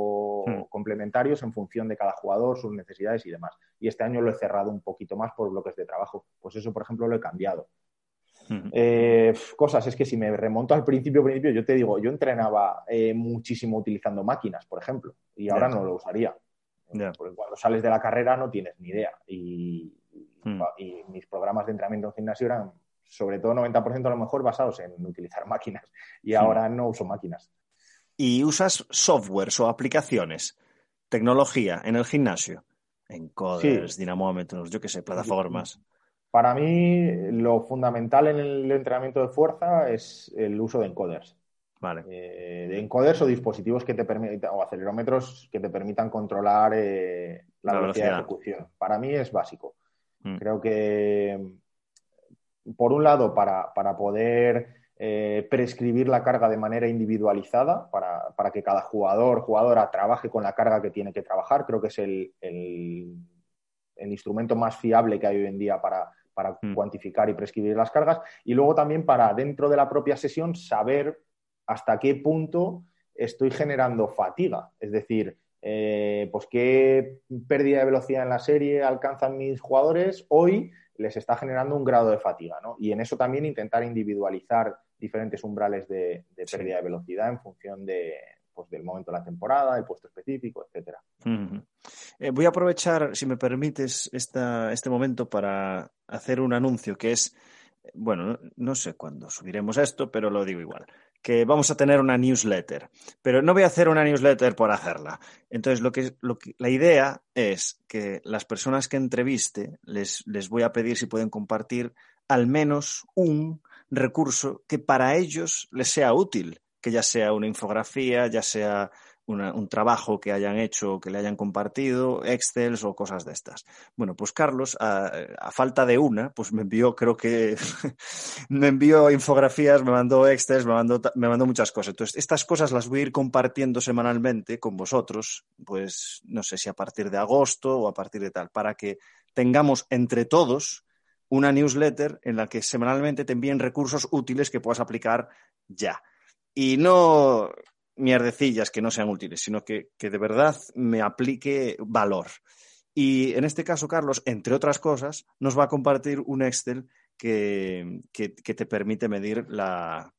o complementarios en función de cada jugador, sus necesidades y demás. Y este año lo he cerrado un poquito más por bloques de trabajo. Pues eso, por ejemplo, lo he cambiado. Eh, cosas, es que si me remonto al principio, principio, yo te digo, yo entrenaba eh, muchísimo utilizando máquinas, por ejemplo, y ahora Yeah. no lo usaría. Yeah. Porque cuando sales de la carrera no tienes ni idea. Y, Mm. y mis programas de entrenamiento en gimnasio eran, sobre todo noventa por ciento a lo mejor, basados en utilizar máquinas. Y ahora no uso máquinas. ¿Y usas softwares o aplicaciones, tecnología en el gimnasio? Sí. Encoders, dinamómetros, yo qué sé, plataformas. Para mí, lo fundamental en el entrenamiento de fuerza es el uso de encoders. Vale. Eh, de encoders o dispositivos que te permitan, o acelerómetros que te permitan controlar eh, la, La velocidad de velocidad. ejecución. Para mí es básico. Mm. Creo que, por un lado, para, para poder eh, prescribir la carga de manera individualizada, para, para que cada jugador, jugadora trabaje con la carga que tiene que trabajar, creo que es el, el, el instrumento más fiable que hay hoy en día para, para Mm. cuantificar y prescribir las cargas. Y luego también para, dentro de la propia sesión, saber hasta qué punto estoy generando fatiga. Es decir, eh, pues qué pérdida de velocidad en la serie alcanzan mis jugadores, hoy les está generando un grado de fatiga, ¿no? Y en eso también intentar individualizar diferentes umbrales de, de pérdida sí. de velocidad en función de, pues, del momento de la temporada, el puesto específico, etcétera. Uh-huh. Eh, voy a aprovechar, si me permites, esta, este momento para hacer un anuncio que es, bueno, no, no sé cuándo subiremos esto, pero lo digo igual, que vamos a tener una newsletter, pero no voy a hacer una newsletter por hacerla. Entonces, lo que, lo que, la idea es que las personas que entreviste les, les voy a pedir si pueden compartir al menos un recurso que para ellos les sea útil, que ya sea una infografía, ya sea Una, un trabajo que hayan hecho o que le hayan compartido, Excel o cosas de estas. Bueno, pues Carlos, a, a falta de una, pues me envió, creo que me envió infografías, me mandó Excel, me mandó, me mandó muchas cosas. Entonces, estas cosas las voy a ir compartiendo semanalmente con vosotros, pues no sé si a partir de agosto o a partir de tal, para que tengamos entre todos una newsletter en la que semanalmente te envíen recursos útiles que puedas aplicar ya. Y no mierdecillas que no sean útiles, sino que, que de verdad me aplique valor. Y en este caso, Carlos, entre otras cosas, nos va a compartir un Excel que, que, que te permite medir la,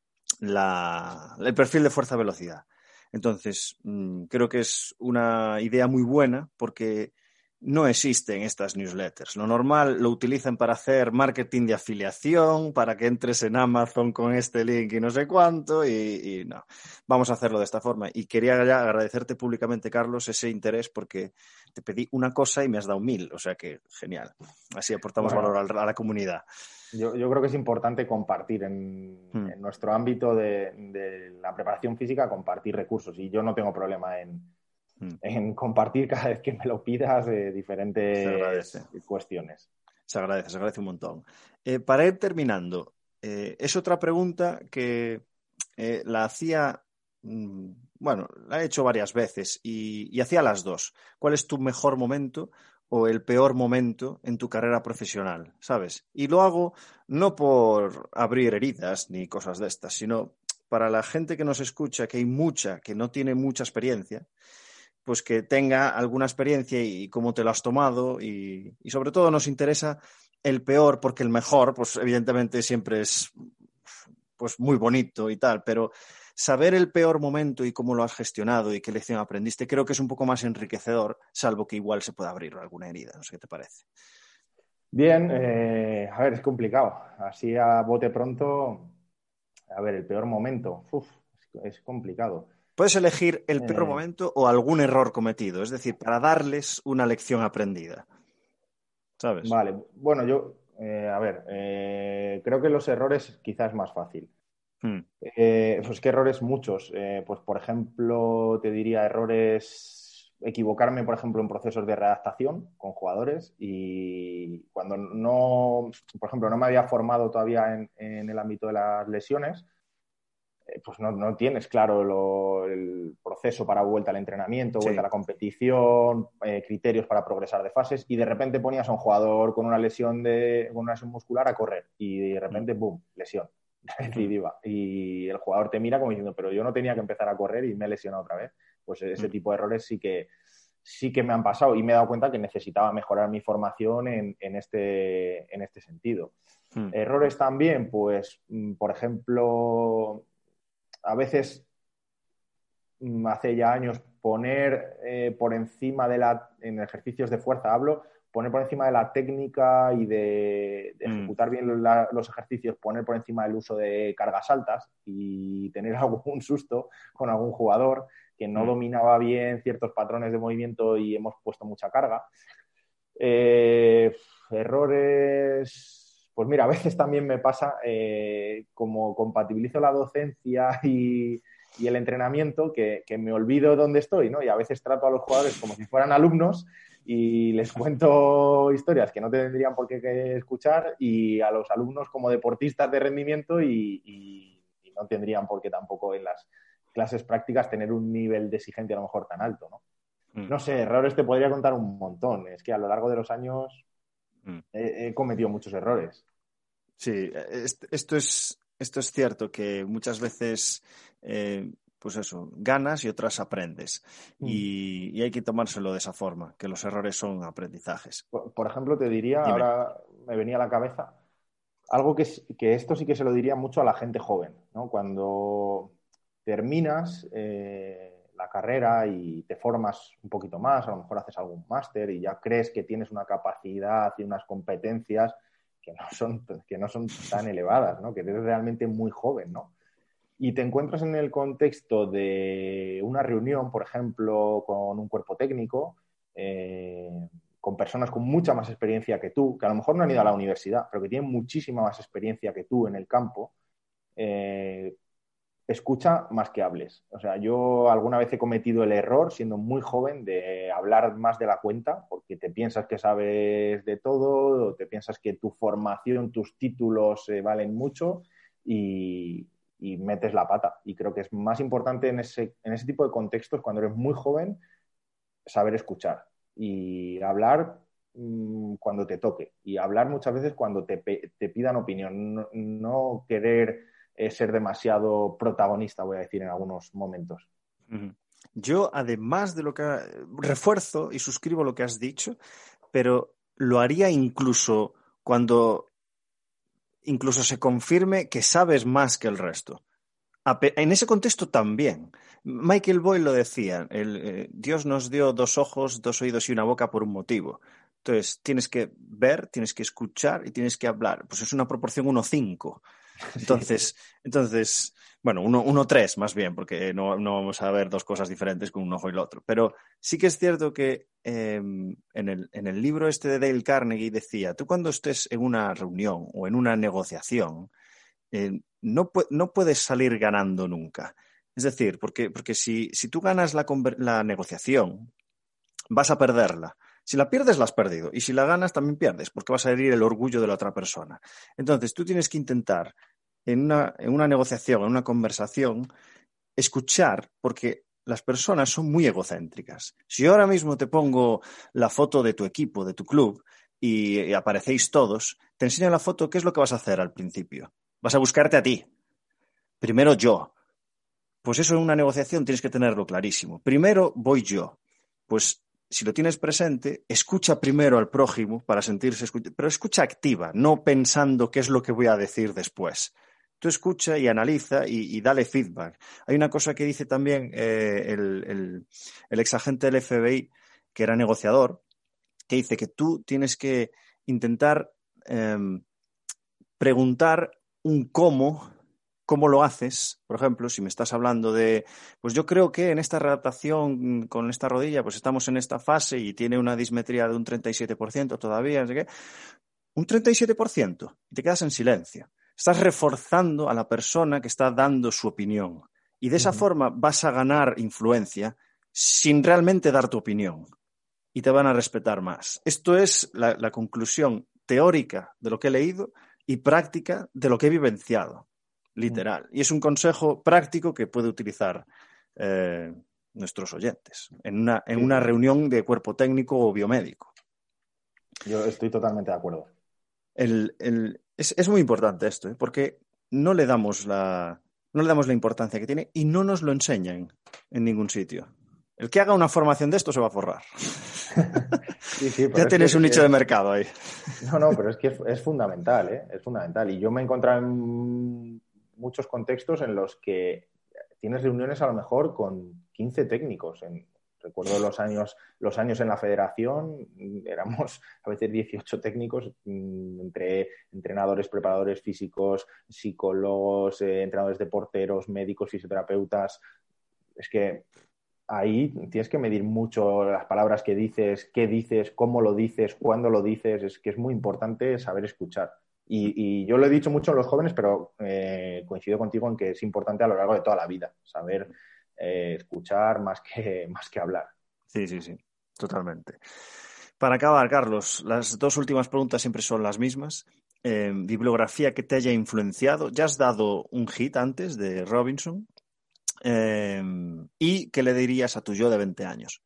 la, el perfil de fuerza-velocidad. Entonces, mmm, creo que es una idea muy buena porque no existen estas newsletters. Lo normal lo utilizan para hacer marketing de afiliación, para que entres en Amazon con este link y no sé cuánto, y, y no. Vamos a hacerlo de esta forma. Y quería ya agradecerte públicamente, Carlos, ese interés porque te pedí una cosa y me has dado mil. O sea que genial. Así aportamos bueno, valor a la comunidad. Yo, yo creo que es importante compartir en, hmm. en nuestro ámbito de, de la preparación física, compartir recursos. Y yo no tengo problema en en compartir cada vez que me lo pidas de diferentes cuestiones. Se agradece, se agradece un montón. Eh, para ir terminando, eh, es otra pregunta que eh, la hacía, mmm, bueno, la he hecho varias veces y, y hacía las dos. ¿Cuál es tu mejor momento o el peor momento en tu carrera profesional? ¿Sabes? Y lo hago no por abrir heridas ni cosas de estas, sino para la gente que nos escucha, que hay mucha que no tiene mucha experiencia, pues que tenga alguna experiencia y cómo te lo has tomado y, y sobre todo nos interesa el peor porque el mejor pues evidentemente siempre es pues muy bonito y tal, pero saber el peor momento y cómo lo has gestionado y qué lección aprendiste creo que es un poco más enriquecedor, salvo que igual se pueda abrir alguna herida, no sé qué te parece. Bien, eh, a ver, es complicado, así a bote pronto, a ver, el peor momento, uf, es, es complicado. Puedes elegir el peor eh... momento o algún error cometido, es decir, para darles una lección aprendida, ¿sabes? Vale, bueno, yo, eh, a ver, eh, creo que los errores quizás es más fácil. Hmm. Eh, pues que errores muchos. Eh, pues, por ejemplo, te diría errores, equivocarme, por ejemplo, en procesos de readaptación con jugadores y cuando no, por ejemplo, no me había formado todavía en, en el ámbito de las lesiones, pues no, no tienes claro lo, el proceso para vuelta al entrenamiento, vuelta sí. a la competición, eh, criterios para progresar de fases y de repente ponías a un jugador con una lesión de con una lesión muscular a correr y de repente, mm. boom, lesión recidiva. Mm. Y el jugador te mira como diciendo, pero yo no tenía que empezar a correr y me he lesionado otra vez. Pues ese mm. tipo de errores sí que, sí que me han pasado y me he dado cuenta que necesitaba mejorar mi formación en, en, este, en este sentido. Mm. Errores también, pues, por ejemplo... A veces, hace ya años, poner eh, por encima de la, en ejercicios de fuerza hablo, poner por encima de la técnica y de, de ejecutar mm. bien la, los ejercicios, poner por encima del uso de cargas altas y tener algún susto con algún jugador que no mm. dominaba bien ciertos patrones de movimiento y hemos puesto mucha carga. Eh, errores... Pues mira, a veces también me pasa, eh, como compatibilizo la docencia y, y el entrenamiento, que, que me olvido dónde estoy, ¿no? Y a veces trato a los jugadores como si fueran alumnos y les cuento historias que no tendrían por qué escuchar y a los alumnos como deportistas de rendimiento y, y, y no tendrían por qué tampoco en las clases prácticas tener un nivel de exigencia a lo mejor tan alto, ¿no? Mm. No sé, errores te podría contar un montón. Es que a lo largo de los años... He, he cometido muchos errores. Sí, esto es, esto es cierto, que muchas veces eh, pues eso, ganas y otras aprendes. Mm. Y, y hay que tomárselo de esa forma, que los errores son aprendizajes. Por, por ejemplo, te diría, Dime. ahora me venía a la cabeza, algo que, es, que esto sí que se lo diría mucho a la gente joven, ¿no? Cuando terminas eh, la carrera y te formas un poquito más, a lo mejor haces algún máster y ya crees que tienes una capacidad y unas competencias que no son, que no son tan elevadas, ¿no? Que eres realmente muy joven, ¿no? Y te encuentras en el contexto de una reunión, por ejemplo, con un cuerpo técnico, eh, con personas con mucha más experiencia que tú, que a lo mejor no han ido a la universidad, pero que tienen muchísima más experiencia que tú en el campo, eh, escucha más que hables. O sea, yo alguna vez he cometido el error, siendo muy joven, de hablar más de la cuenta, porque te piensas que sabes de todo, o te piensas que tu formación, tus títulos eh, valen mucho y, y metes la pata. Y creo que es más importante en ese, en ese tipo de contextos, cuando eres muy joven, saber escuchar y hablar mmm, cuando te toque y hablar muchas veces cuando te, te pidan opinión, no, no querer eh, ser demasiado protagonista, voy a decir, en algunos momentos. Uh-huh. Yo, además de lo que refuerzo y suscribo lo que has dicho, pero lo haría incluso cuando incluso se confirme que sabes más que el resto. En ese contexto también. Michael Boyle lo decía, el, eh, Dios nos dio dos ojos, dos oídos y una boca por un motivo. Entonces, tienes que ver, tienes que escuchar y tienes que hablar. Pues es una proporción uno cinco. Entonces, sí. entonces bueno, uno tres más bien, porque no, no vamos a ver dos cosas diferentes con un ojo y el otro. Pero sí que es cierto que eh, en, el, en el libro este de Dale Carnegie decía, tú cuando estés en una reunión o en una negociación, Eh, no, pu- no puedes salir ganando nunca. Es decir, porque, porque si, si tú ganas la, la negociación, vas a perderla. Si la pierdes, la has perdido. Y si la ganas, también pierdes, porque vas a herir el orgullo de la otra persona. Entonces, tú tienes que intentar, en una, en una negociación, en una conversación, escuchar, porque las personas son muy egocéntricas. Si yo ahora mismo te pongo la foto de tu equipo, de tu club, y, y aparecéis todos, te enseño la foto, ¿qué es lo que vas a hacer al principio? Vas a buscarte a ti. Primero yo. Pues eso en una negociación tienes que tenerlo clarísimo. Primero voy yo. Pues si lo tienes presente, escucha primero al prójimo para sentirse escuchado, pero escucha activa, no pensando qué es lo que voy a decir después. Tú escucha y analiza y, y dale feedback. Hay una cosa que dice también eh, el, el, el ex agente del F B I, que era negociador, que dice que tú tienes que intentar eh, preguntar un cómo, cómo lo haces. Por ejemplo, si me estás hablando de, pues yo creo que en esta redactación con esta rodilla, pues estamos en esta fase y tiene una dismetría de un treinta y siete por ciento todavía, no sé qué, un treinta y siete por ciento, y te quedas en silencio. Estás reforzando a la persona que está dando su opinión. Y de esa uh-huh. forma vas a ganar influencia sin realmente dar tu opinión. Y te van a respetar más. Esto es la, la conclusión teórica de lo que he leído y práctica de lo que he vivenciado, literal. Y es un consejo práctico que puede utilizar eh, nuestros oyentes en una, en sí, una sí. reunión de cuerpo técnico o biomédico. Yo estoy totalmente de acuerdo. El, el, es, es muy importante esto, ¿eh? Porque no le damos la, no le damos la importancia que tiene y no nos lo enseñan en ningún sitio. El que haga una formación de esto se va a forrar. Sí, sí, pero ya es tienes que un es, nicho es... de mercado ahí. No, no, pero es que es, es fundamental, ¿eh? Es fundamental. Y yo me he encontrado en muchos contextos en los que tienes reuniones a lo mejor con quince técnicos. En, recuerdo los años, los años en la federación, éramos a veces dieciocho técnicos, entre entrenadores, preparadores físicos, psicólogos, eh, entrenadores de porteros, médicos, fisioterapeutas. Es que ahí tienes que medir mucho las palabras que dices, qué dices, cómo lo dices, cuándo lo dices. Es que es muy importante saber escuchar. Y, y yo lo he dicho mucho en los jóvenes, pero eh, coincido contigo en que es importante a lo largo de toda la vida saber eh, escuchar más que, más que hablar. Sí, sí, sí, totalmente. Para acabar, Carlos, las dos últimas preguntas siempre son las mismas. Eh, bibliografía que te haya influenciado. Ya has dado un hit antes de Robinson. Eh, ¿Y qué le dirías a tu yo de veinte años?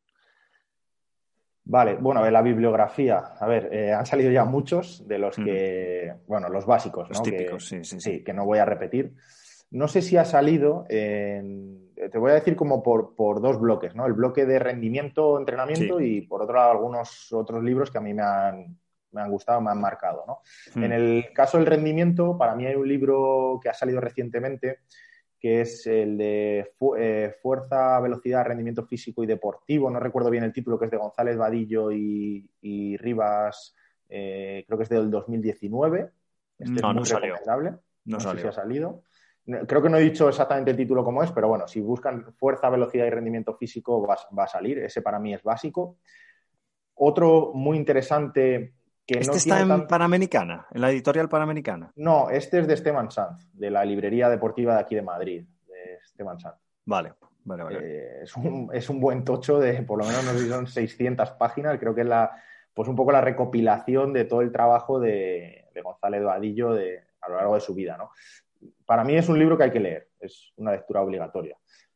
Vale, bueno, de la bibliografía, a ver, eh, han salido ya muchos de los que, mm. bueno, los básicos, los ¿no? típicos, que, sí, sí, sí. Sí, que no voy a repetir. No sé si ha salido en, te voy a decir como por, por dos bloques, ¿no? El bloque de rendimiento, entrenamiento Sí. y por otro lado algunos otros libros que a mí me han, me han gustado, me han marcado, ¿no? En Mm. el caso del rendimiento, para mí hay un libro que ha salido recientemente que es el de fu eh, Fuerza, Velocidad, Rendimiento Físico y Deportivo. No recuerdo bien el título, que es de González Vadillo y, y Rivas, eh, creo que es del dos mil diecinueve. Este es No, no muy salió. recomendable. No No sé si ha salió. salido. Creo que no he dicho exactamente el título como es, pero bueno, si buscan fuerza, velocidad y rendimiento físico va, va a salir. Ese para mí es básico. Otro muy interesante que Este no está tiene en tan... Panamericana, en la editorial Panamericana. No, este es de Esteban Sanz, de la librería deportiva de aquí de Madrid, de Esteban Sanz. Vale, vale, vale. Eh, es, un, es un buen tocho de, por lo menos, no sé si son seiscientas páginas. Creo que es la, pues un poco la recopilación de todo el trabajo de, de González Vadillo de, a lo largo de su vida, ¿no? Para mí es un libro que hay que leer, es una lectura obligatoria.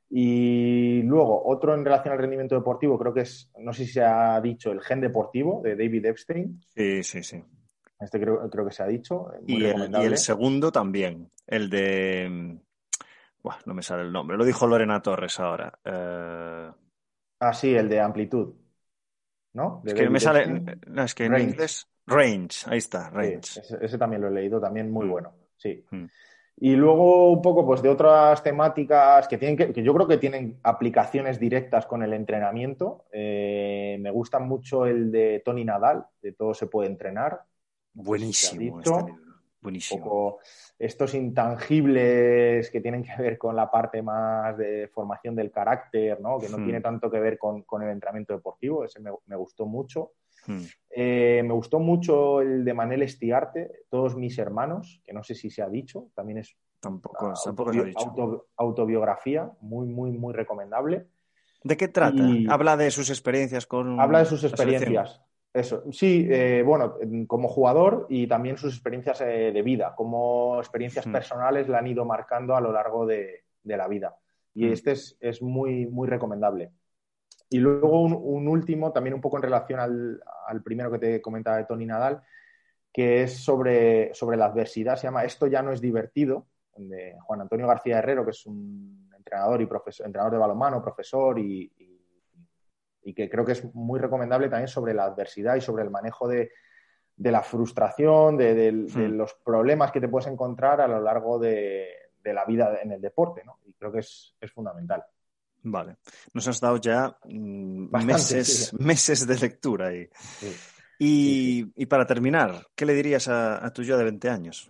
Y luego, otro en relación al rendimiento deportivo, creo que es, no sé si se ha dicho, El gen deportivo, de David Epstein. Sí, sí, sí. Este creo, creo que se ha dicho, muy Y el, y el recomendable. segundo también, el de... Buah, no me sale el nombre, lo dijo Lorena Torres ahora. Eh, Ah, sí, el de Amplitud, ¿no? es De que me David sale... Epstein. No, es que en Range. inglés... Range, ahí está, Sí, Range. ese, ese también lo he leído, también muy Mm, bueno, sí. mm, Y luego un poco pues de otras temáticas que tienen que, que yo creo que tienen aplicaciones directas con el entrenamiento. Eh, me gusta mucho el de Tony Nadal, de Todo se puede entrenar. No sé si se ha Buenísimo este dicho. libro, Un buenísimo. poco estos intangibles que tienen que ver con la parte más de formación del carácter, ¿no? Que no tiene Mm, tanto que ver con, con el entrenamiento deportivo. Ese me, me gustó mucho. mm. Eh, me gustó mucho el de Manel Estiarte, Todos mis hermanos, que no sé si se ha dicho, también es Tampoco, una tampoco se ha autobi dicho. auto autobiografía, muy, muy, muy recomendable. ¿De qué trata? Y Habla de sus experiencias habla de con sus la selección. experiencias. Eso, sí, eh, bueno, como jugador y también sus experiencias eh, de vida, como experiencias Mm, personales le han ido marcando a lo largo de, de la vida. Y mm, este es, es muy, muy recomendable. Y luego un, un, último, también un poco en relación al, al primero que te comentaba de Tony Nadal, que es sobre, sobre la adversidad, se llama Esto ya no es divertido, de Juan Antonio García Herrero, que es un entrenador y profesor, entrenador de balonmano, profesor y, y, y que creo que es muy recomendable también sobre la adversidad y sobre el manejo de, de la frustración, de, de, de, mm. los problemas que te puedes encontrar a lo largo de, de la vida en el deporte, ¿no? Y creo que es, es fundamental. Vale. Nos has dado ya mm, Bastante, sí. meses, meses de lectura ahí. Sí, sí, sí. Y, y para terminar, ¿qué le dirías a, a tu yo de veinte años?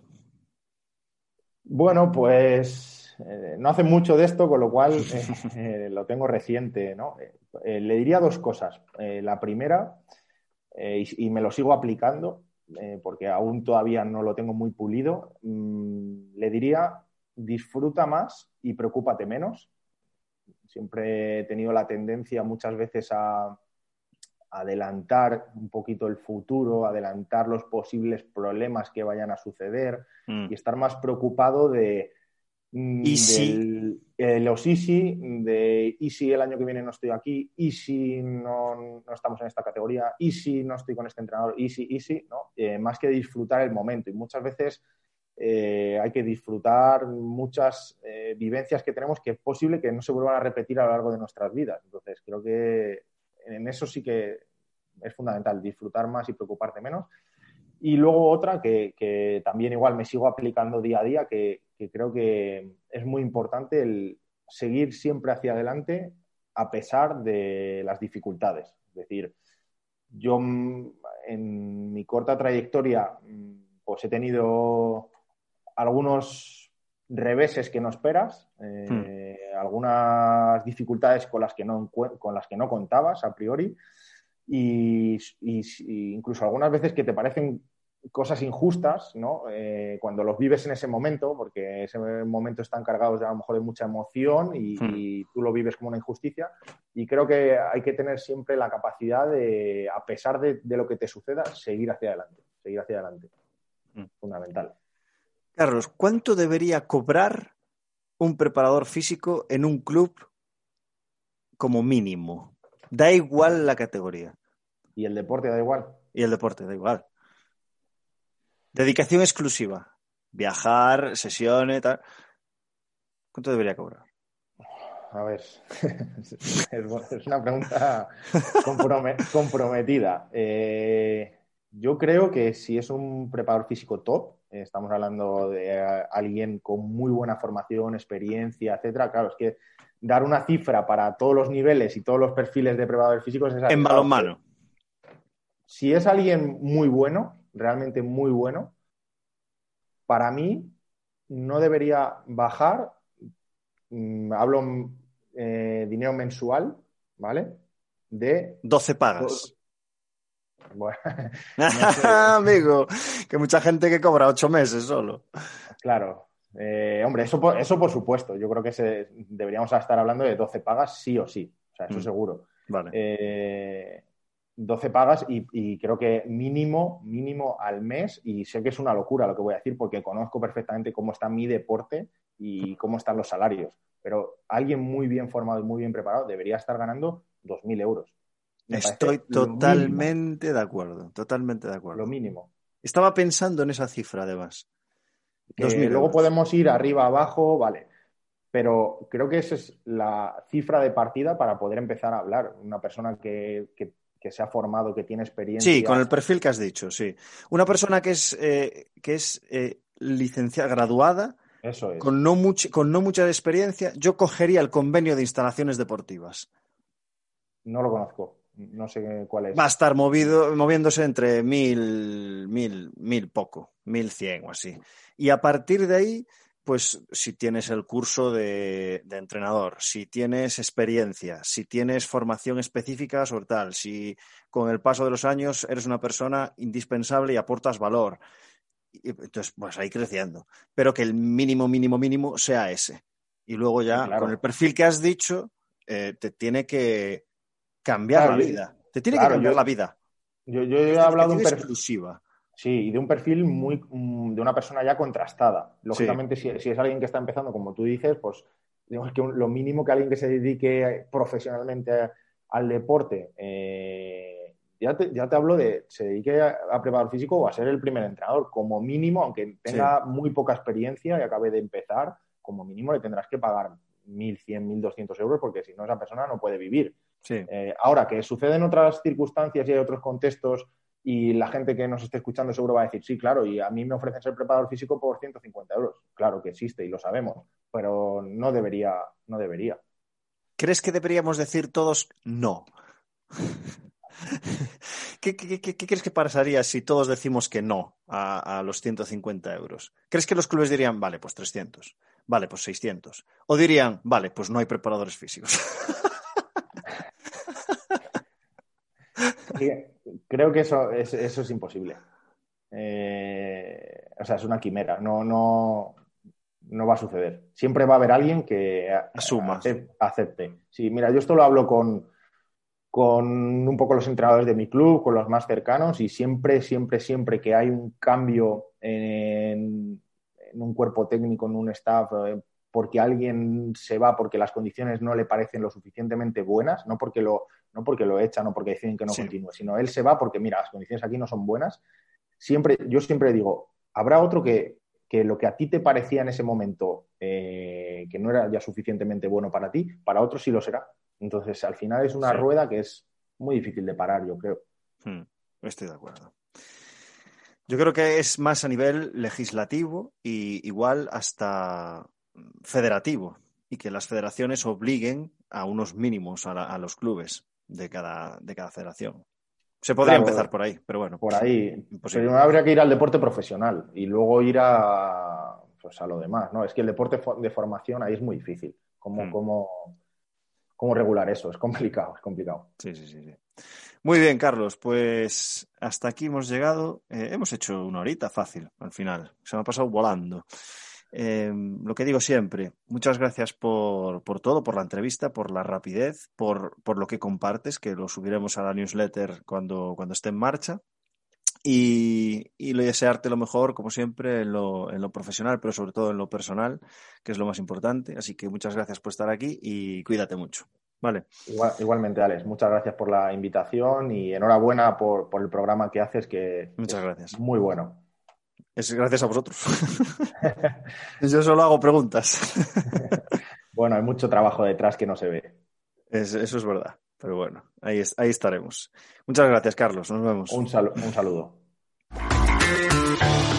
Bueno, pues eh, no hace mucho de esto, con lo cual eh, eh, lo tengo reciente, ¿no? Eh, eh, le diría dos cosas. Eh, la primera, eh, y, y, me lo sigo aplicando, eh, porque aún todavía no lo tengo muy pulido, mmm, le diría disfruta más y preocúpate menos. Siempre he tenido la tendencia muchas veces a adelantar un poquito el futuro, adelantar los posibles problemas que vayan a suceder Mm. y estar más preocupado de, Y si, de eh, los easy, de y si el año que viene no estoy aquí, y si no, no estamos en esta categoría, y si no estoy con este entrenador, easy, easy, ¿no? Eh, más que disfrutar el momento. Y muchas veces eh, hay que disfrutar muchas eh, vivencias que tenemos que es posible que no se vuelvan a repetir a lo largo de nuestras vidas. Entonces, creo que en eso sí que es fundamental, disfrutar más y preocuparte menos. Y luego otra que, que también igual me sigo aplicando día a día, que, que creo que es muy importante el seguir siempre hacia adelante a pesar de las dificultades. Es decir, yo en mi corta trayectoria pues he tenido algunos reveses que no esperas, mm, eh, algunas dificultades con las, que no, con las que no contabas a priori y, y, y incluso algunas veces que te parecen cosas injustas, ¿no? Eh, cuando los vives en ese momento, porque ese momento están cargados de, a lo mejor de mucha emoción y, mm, y tú lo vives como una injusticia. Y creo que hay que tener siempre la capacidad de, a pesar de, de lo que te suceda, seguir hacia adelante, seguir hacia adelante. mm. Fundamental. Carlos, ¿cuánto debería cobrar un preparador físico en un club como mínimo? Da igual la categoría. Y el deporte da igual. Y el deporte, da igual. Dedicación exclusiva. Viajar, sesiones, tal. ¿Cuánto debería cobrar? a ver, es una pregunta comprometida. Eh, yo creo que si es un preparador físico top, eh, estamos hablando de alguien con muy buena formación, experiencia, etcétera. Claro, es que dar una cifra para todos los niveles y todos los perfiles de preparadores físicos es En arriesgado. balonmano. Si es alguien muy bueno, realmente muy bueno, para mí no debería bajar. Hablo eh, dinero mensual, ¿vale? De doce pagas. Bueno, no sé. Amigo, que mucha gente que cobra ocho meses solo. Claro. Eh, hombre, eso por, eso por supuesto. Yo creo que se, deberíamos estar hablando de doce pagas sí o sí. O sea, eso Mm, seguro. vale. Eh, doce pagas y, y creo que mínimo, mínimo al mes, y sé que es una locura lo que voy a decir porque conozco perfectamente cómo está mi deporte y cómo están los salarios, pero alguien muy bien formado y muy bien preparado debería estar ganando dos mil euros. Me Estoy parece lo mínimo, totalmente de acuerdo, totalmente de lo acuerdo. mínimo. Estaba pensando en esa cifra, además. Dos Que mil luego euros. podemos ir arriba, abajo, vale, pero creo que esa es la cifra de partida para poder empezar a hablar. Una persona que, que, que se ha formado, que tiene Sí, con experiencia. el perfil que has dicho, sí. Una persona que es, eh, que es eh, licenciada, graduada, Eso es. con no, much, con no mucha experiencia, yo cogería el convenio de instalaciones deportivas. No lo conozco, no sé cuál Va a es. estar movido, moviéndose entre mil, mil, mil poco, mil cien o así. Y a partir de ahí, pues si tienes el curso de, de entrenador, si tienes experiencia, si tienes formación específica sobre tal, si con el paso de los años eres una persona indispensable y aportas valor, y entonces pues ahí creciendo. Pero que el mínimo, mínimo, mínimo sea ese. Y luego Sí, ya, con el claro. perfil que has dicho, eh, te tiene que cambiar Claro, la yo, vida. Te tiene que claro, cambiar yo, la vida. yo, yo he Es hablado de dedicación un perfil, exclusiva. sí, y de un perfil muy mm, de una persona ya contrastada. Sí, Lógicamente, si, si es alguien que está empezando, como tú dices, pues digamos que un- lo mínimo que alguien que se dedique profesionalmente a- al deporte, eh, ya te, ya te hablo de se dedique a, a preparador físico o a ser el primer entrenador. Como mínimo, aunque sí, tenga muy poca experiencia y acabe de empezar, como mínimo le tendrás que pagar mil cien, mil doscientos euros porque si no, esa persona no puede vivir. sí. Eh, ahora, que sucede en otras circunstancias y hay otros contextos y la gente que nos esté escuchando seguro va a decir, sí, claro, y a mí me ofrecen ser preparador físico por ciento cincuenta euros. Claro que existe y lo sabemos, pero no debería, no debería. ¿Crees que deberíamos decir todos no? ¿Qué, qué, qué, qué crees que pasaría si todos decimos que no a, a los ciento cincuenta euros? ¿Crees que los clubes dirían, vale, pues trescientos, vale, pues seiscientos? ¿O dirían, vale, pues no hay preparadores físicos? Y creo que eso es, eso es imposible. Eh, o sea, es una quimera. No, no, no va a suceder. Siempre va a haber alguien que Asuma. acepte. Sí, mira, yo esto lo hablo con, con un poco los entrenadores de mi club, con los más cercanos, y siempre, siempre, siempre que hay un cambio en, en un cuerpo técnico, en un staff, eh, porque alguien se va porque las condiciones no le parecen lo suficientemente buenas, no porque lo, no porque lo echan o porque deciden que no Sí. continúe, sino él se va porque, mira, las condiciones aquí no son buenas. Siempre, yo siempre digo, habrá otro que, que lo que a ti te parecía en ese momento eh, que no era ya suficientemente bueno para ti, para otro sí lo será. Entonces, al final es una Sí. rueda que es muy difícil de parar, yo creo. Hmm, estoy de acuerdo. Yo creo que es más a nivel legislativo y igual hasta federativo y que las federaciones obliguen a unos mínimos a, la, a los clubes de cada, de cada federación. Se podría empezar Claro, por ahí, pero bueno, por ahí. imposible. Pero habría que ir al deporte profesional y luego ir a, pues a lo demás, ¿no? Es que el deporte de formación ahí es muy difícil. ¿Cómo, Hmm, cómo, cómo regular eso? Es complicado, es complicado. sí, sí, sí, sí. Muy bien, Carlos, pues hasta aquí hemos llegado. Eh, hemos hecho una horita fácil al final. Se me ha pasado volando. Eh, lo que digo siempre, muchas gracias por, por todo, por la entrevista, por la rapidez, por, por lo que compartes, que lo subiremos a la newsletter cuando, cuando esté en marcha. Y, y lo desearte lo mejor, como siempre, en lo, en lo profesional, pero sobre todo en lo personal, que es lo más importante. Así que muchas gracias por estar aquí y cuídate mucho. Vale. Igual, igualmente, Alex, muchas gracias por la invitación y enhorabuena por, por el programa que haces, que Muchas es gracias. muy bueno. Es gracias a vosotros. Yo solo hago preguntas. Bueno, hay mucho trabajo detrás que no se ve. Es, eso es verdad. Pero bueno, ahí, es, ahí estaremos. Muchas gracias, Carlos. Nos vemos. Un, sal- un saludo.